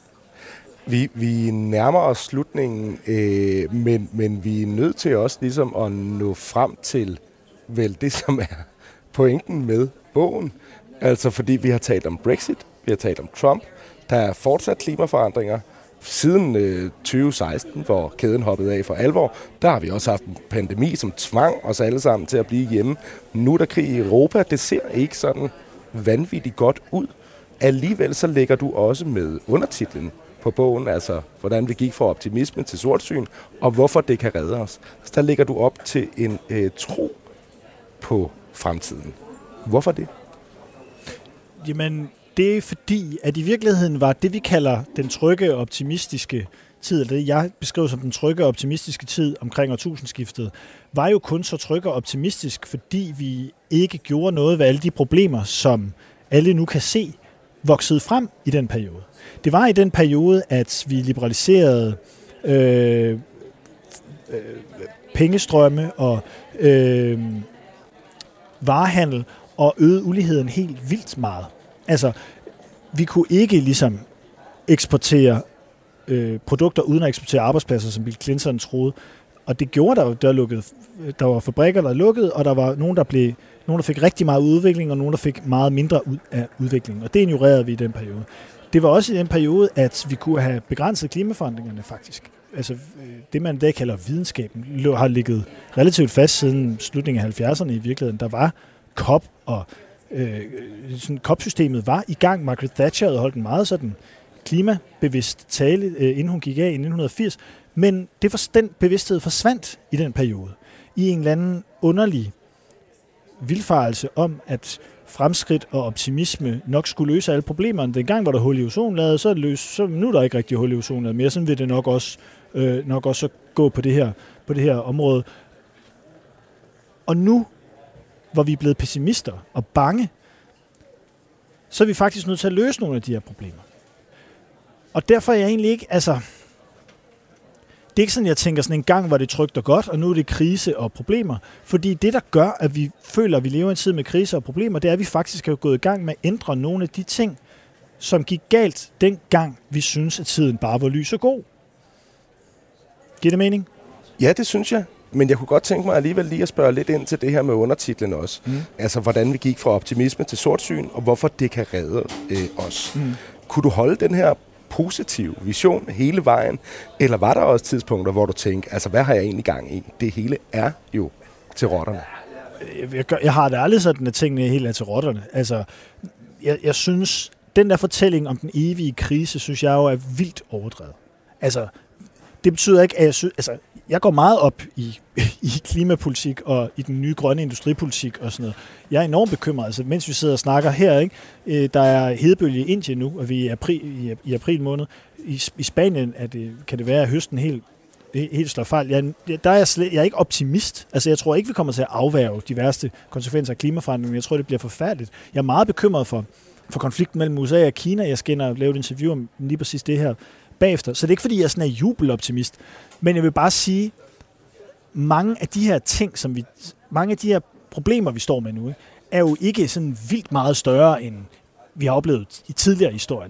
Vi nærmer os slutningen, men vi er nødt til også ligesom at nå frem til vel det, som er pointen med bogen. Altså fordi vi har talt om Brexit, vi har talt om Trump, der er fortsat klimaforandringer. Siden 2016, hvor kæden hoppede af for alvor, der har vi også haft en pandemi, som tvang os alle sammen til at blive hjemme. Nu er der krig i Europa, det ser ikke sådan vanvittigt godt ud. Alligevel så lægger du også med undertitlen på bogen, altså hvordan vi gik fra optimisme til sortsyn, og hvorfor det kan redde os. Så der lægger du op til en tro på fremtiden. Hvorfor det? Jamen, det er fordi, at i virkeligheden var det, vi kalder den trygge optimistiske tid, eller det, jeg beskriver som den trygge optimistiske tid omkring årtusindskiftet, var jo kun så tryg og optimistisk, fordi vi ikke gjorde noget ved alle de problemer, som alle nu kan se, voksede frem i den periode. Det var i den periode, at vi liberaliserede pengestrømme og varehandel og øgede uligheden helt vildt meget. Altså, vi kunne ikke ligesom eksportere produkter uden at eksportere arbejdspladser, som Bill Clinton troede. Og det gjorde der var fabrikker, der lukkede, og der var nogen, der fik rigtig meget udvikling, og nogen, der fik meget mindre ud af udvikling. Og det ignorerede vi i den periode. Det var også i den periode, at vi kunne have begrænset klimaforandringerne faktisk. Altså det, man i dag kalder videnskaben, har ligget relativt fast siden slutningen af 70'erne i virkeligheden. Der var COP, og COP-systemet var i gang. Margaret Thatcher havde holdt en meget sådan klimabevidst tale, inden hun gik af i 1980. Men den bevidsthed forsvandt i den periode. I en eller anden underlig vildfarelse om, at fremskridt og optimisme nok skulle løse alle problemerne. Dengang var der hul i ozonlaget, så nu er der ikke rigtig hul i ozonlaget mere. Sådan vil det nok også gå på det her område. Og nu, hvor vi er blevet pessimister og bange, så er vi faktisk nødt til at løse nogle af de her problemer. Og derfor er jeg egentlig ikke, det er ikke sådan, jeg tænker sådan en gang var det trygt og godt, og nu er det krise og problemer. Fordi det, der gør, at vi føler, at vi lever i en tid med krise og problemer, det er, at vi faktisk er gået i gang med at ændre nogle af de ting, som gik galt dengang, vi synes, at tiden bare var lys og god. Giver det mening? Ja, det synes jeg. Men jeg kunne godt tænke mig alligevel lige at spørge lidt ind til det her med undertitlen også. Altså, hvordan vi gik fra optimisme til sortsyn, og hvorfor det kan redde os. Kunne du holde den her positiv vision hele vejen, eller var der også tidspunkter, hvor du tænkte, altså hvad har jeg egentlig gang i? Det hele er jo til rotterne. Jeg har det aldrig sådan, at tingene helt er til rotterne. Altså, jeg synes, den der fortælling om den evige krise, synes jeg jo er vildt overdrevet. Altså, det betyder ikke, at jeg går meget op i klimapolitik og i den nye grønne industripolitik og sådan noget. Jeg er enormt bekymret. Altså, mens vi sidder og snakker her, ikke, der er hedebølge i Indien nu, og vi er i april måned. I Spanien kan det være, at høsten helt slår fejl. Jeg er ikke optimist. Altså, jeg tror ikke, vi kommer til at afværge de værste konsekvenser af klimaforandringen. Jeg tror, det bliver forfærdeligt. Jeg er meget bekymret for konflikten mellem USA og Kina. Jeg skal ind og lave et interview om lige præcis det her bagefter. Så det er ikke, fordi jeg er sådan en jubeloptimist. Men jeg vil bare sige, mange af de her ting, mange af de her problemer, vi står med nu, er jo ikke sådan vildt meget større, end vi har oplevet i tidligere historien.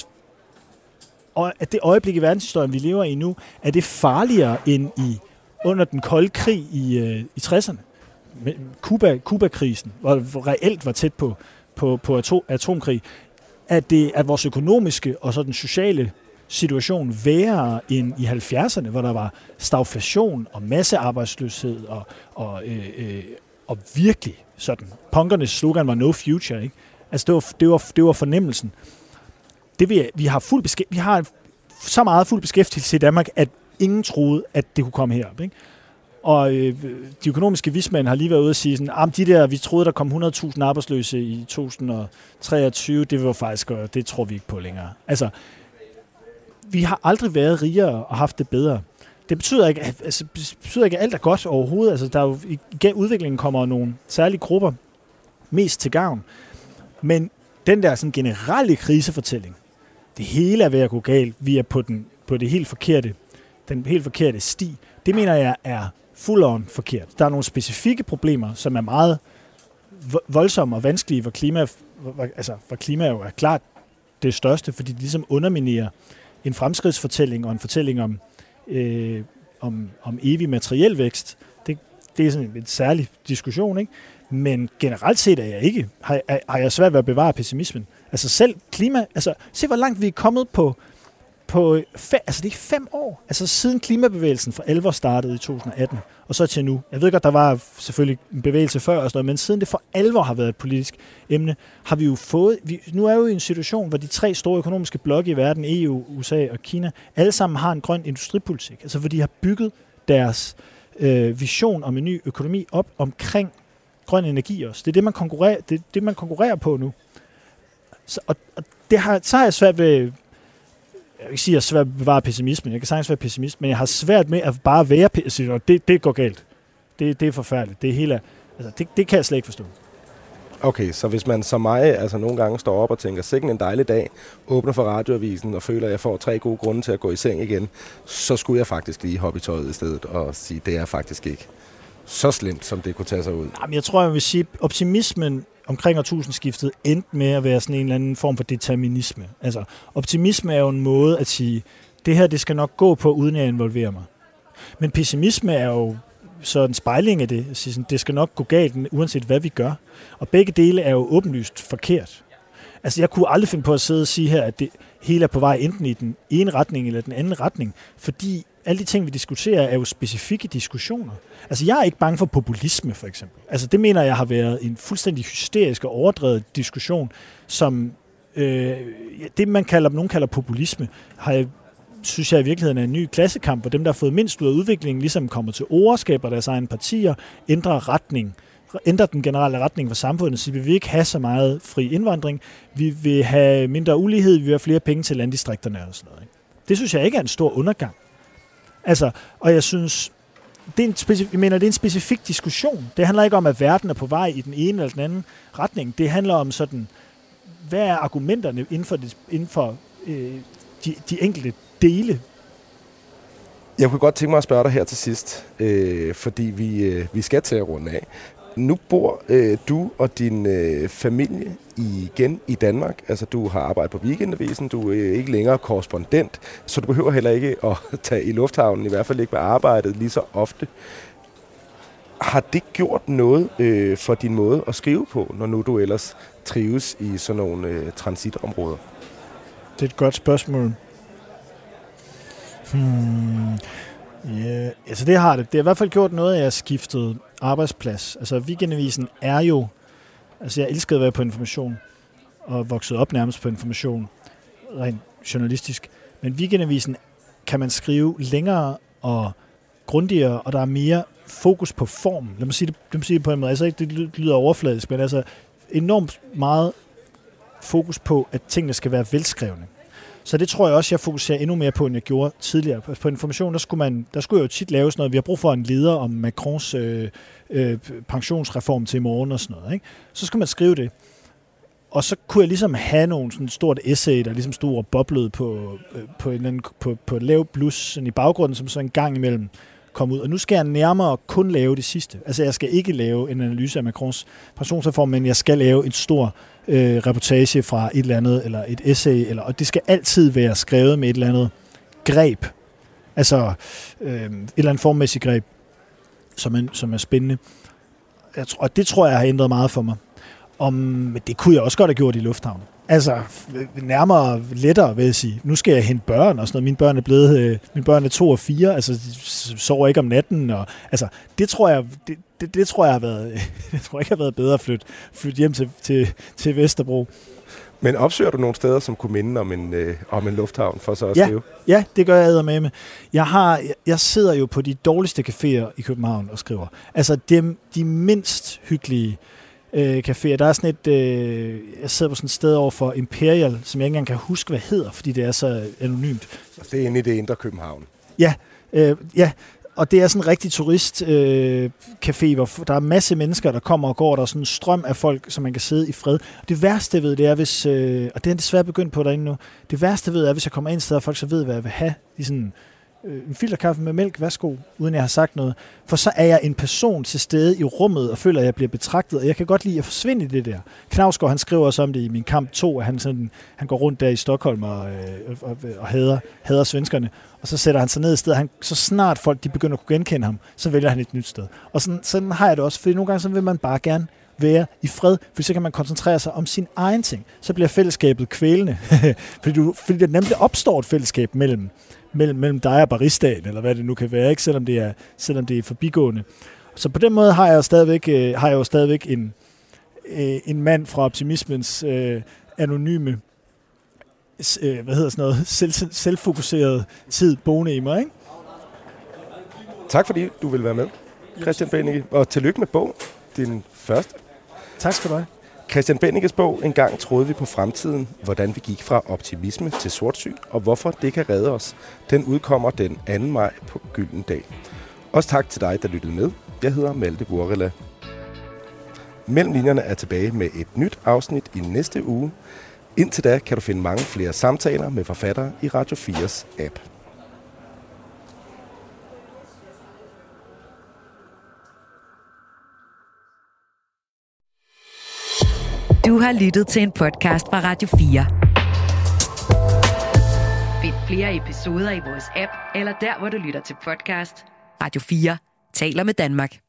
At det øjeblik i verdenshistorien, vi lever i nu, er det farligere end under den kolde krig i 60'erne. Kuba-krisen, hvor reelt var tæt på atomkrig. At vores økonomiske og så den sociale situation værre end i 70'erne, hvor der var stagflation og massearbejdsløshed og virkelig sådan. Punkernes slogan var no future, ikke? Altså det var fornemmelsen. Vi har så meget fuld beskæftigelse i Danmark, at ingen troede, at det kunne komme herop, ikke? Og de økonomiske vismænd har lige været ude og sige sådan, vi troede, der kom 100.000 arbejdsløse i 2023, det var faktisk, det tror vi ikke på længere. Altså, vi har aldrig været rigere og haft det bedre. det betyder ikke, at alt er godt overhovedet. Altså, der er jo, i udviklingen kommer nogle særlige grupper mest til gavn. Men den der sådan generelle krisefortælling, det hele er ved at gå galt, vi er på den helt forkerte sti, det mener jeg er full on forkert. Der er nogle specifikke problemer, som er meget voldsomme og vanskelige, hvor klima jo er klart det største, fordi det ligesom underminerer en fremskridtsfortælling og en fortælling om evig materiel vækst. Det er sådan en særlig diskussion, ikke? Men generelt set har jeg svært ved at bevare pessimismen. Altså selv klima, se hvor langt vi er kommet på det er 5 år, altså siden klimabevægelsen for alvor startede i 2018, og så til nu. Jeg ved godt, der var selvfølgelig en bevægelse før og sådan noget, men siden det for alvor har været et politisk emne, har vi jo nu er vi jo i en situation, hvor de 3 store økonomiske blokke i verden, EU, USA og Kina, alle sammen har en grøn industripolitik, altså hvor de har bygget deres vision om en ny økonomi op omkring grøn energi også. Det er det, man konkurrerer på nu. Så har jeg svært ved. Jeg vil ikke sige, at jeg har svært ved at bevare pessimismen. Jeg kan sagtens være pessimist, men jeg har svært med at bare være pessimist. Det går galt. Det er forfærdeligt. Det kan jeg slet ikke forstå. Okay, så hvis man som mig nogle gange står op og tænker, sikken en dejlig dag, åbner for radioavisen og føler, at jeg får 3 gode grunde til at gå i seng igen, så skulle jeg faktisk lige hoppe i tøjet i stedet og sige, det er faktisk ikke så slemt, som det kunne tage sig ud. Jamen, jeg tror, jeg vil sige, optimismen omkring årtusindskiftet endte med at være sådan en eller anden form for determinisme. Altså, optimisme er jo en måde at sige, det her, det skal nok gå på, uden at jeg involverer mig. Men pessimisme er jo så en spejling af det. At sige sådan, det skal nok gå galt, uanset hvad vi gør. Og begge dele er jo åbenlyst forkert. Altså, jeg kunne aldrig finde på at sidde og sige her, at det hele er på vej enten i den ene retning eller den anden retning, fordi alle de ting, vi diskuterer, er jo specifikke diskussioner. Altså, jeg er ikke bange for populisme, for eksempel. Altså, det mener jeg har været en fuldstændig hysterisk og overdrevet diskussion, som det, nogen kalder populisme, synes jeg i virkeligheden er en ny klassekamp, hvor dem, der har fået mindst ud af udviklingen, ligesom kommer til ord, skaber deres egne partier, ændrer den generelle retning for samfundet, så vi vil ikke have så meget fri indvandring, vi vil have mindre ulighed, vi vil have flere penge til landdistrikterne og sådan noget. Ikke? Det synes jeg ikke er en stor undergang. Altså, og jeg synes, det er en specifik diskussion. Det handler ikke om, at verden er på vej i den ene eller den anden retning. Det handler om sådan, hvad er argumenterne inden for de enkelte dele. Jeg kunne godt tænke mig at spørge dig her til sidst, fordi vi skal til at runde af. Nu bor du og din familie igen i Danmark. Altså, du har arbejdet på Weekendavisen, du er ikke længere korrespondent, så du behøver heller ikke at tage i lufthavnen, i hvert fald ikke med arbejdet lige så ofte. Har det gjort noget for din måde at skrive på, når nu du ellers trives i sådan nogle transitområder? Det er et godt spørgsmål. Yeah. Altså det har det. Det har i hvert fald gjort noget, at jeg har skiftet arbejdsplads. Altså Weekendavisen er jo... Altså jeg elskede at være på Information, og voksede op nærmest på Information, rent journalistisk. Men Weekendavisen kan man skrive længere og grundigere, og der er mere fokus på form. Lad mig sige det på en måde. Altså ikke, det lyder overfladisk, men altså enormt meget fokus på, at tingene skal være velskrevne. Så det tror jeg også, jeg fokuserer endnu mere på, end jeg gjorde tidligere. På Information, der skulle jo tit lave sådan noget. Vi har brug for en leder om Macrons pensionsreform til i morgen og sådan noget. Ikke? Så skal man skrive det. Og så kunne jeg ligesom have nogle sådan stort essay, der ligesom stod og boblede på et lavt blus sådan i baggrunden, som så en gang imellem kom ud. Og nu skal jeg nærmere kun lave det sidste. Altså jeg skal ikke lave en analyse af Macrons pensionsreform, men jeg skal lave en stor reportage fra et eller andet, eller et essay, og det skal altid være skrevet med et eller andet greb. Altså et eller andet formmæssigt greb, som er spændende. Og det tror jeg har ændret meget for mig. Men det kunne jeg også godt have gjort i lufthavnen. Altså nærmere lettere, vil jeg sige. Nu skal jeg hente børn og sådan noget. Mine børn er 2 og 4, altså de sover ikke om natten. Og, altså det tror jeg har været. Jeg tror ikke har været bedre at flytte hjem til Vesterbro. Men opsøger du nogle steder, som kunne minde om en lufthavn for så at skrive? Ja, det gør jeg eddermame. Jeg sidder jo på de dårligste caféer i København og skriver. Altså de mindst hyggelige caféer. Der er sådan jeg sidder på sådan et sted over for Imperial, som jeg ikke engang kan huske, hvad hedder, fordi det er så anonymt. Det er inde i det indre København. Ja, Ja, og det er sådan en rigtig turistcafé, hvor der er masse mennesker, der kommer og går. Der er sådan en strøm af folk, som man kan sidde i fred. Det værste ved, det er, hvis... og det er desværre begyndt på derinde nu. Det værste ved, er, hvis jeg kommer ind steder, og folk så ved, hvad jeg vil have. De sådan... en filterkaffe med mælk, værsgo, uden jeg har sagt noget. For så er jeg en person til stede i rummet, og føler, at jeg bliver betragtet, og jeg kan godt lide at forsvinde i det der. Knausgård, han skriver også om det i Min Kamp 2, at han går rundt der i Stockholm og hader svenskerne, og så sætter han sig ned i stedet. Så snart folk de begynder at kunne genkende ham, så vælger han et nyt sted. Og sådan har jeg det også, fordi nogle gange så vil man bare gerne være i fred, for så kan man koncentrere sig om sin egen ting. Så bliver fællesskabet kvælende, fordi der nemlig opstår et fællesskab mellem dig og baristaen, eller hvad det nu kan være, ikke? Selvom det er forbigående. Så på den måde har jeg jo stadigvæk en mand fra optimismens anonyme selvfokuserede tid boende i mig, ikke? Tak fordi du vil være med, Christian Bennicke, og tillykke med bog, din første. Tak skal du have. Christian Bennickes bog Engang troede vi på fremtiden, hvordan vi gik fra optimisme til sortsyn, og hvorfor det kan redde os. Den udkommer den 2. maj på Gyldendal. Også tak til dig, der lyttede med. Jeg hedder Malte Burrilla. Mellem linjerne er tilbage med et nyt afsnit i næste uge. Indtil da kan du finde mange flere samtaler med forfattere i Radio 4's app. Du har lyttet til en podcast fra Radio 4. Find flere episoder i vores app, eller der, hvor du lytter til podcast. Radio 4 taler med Danmark.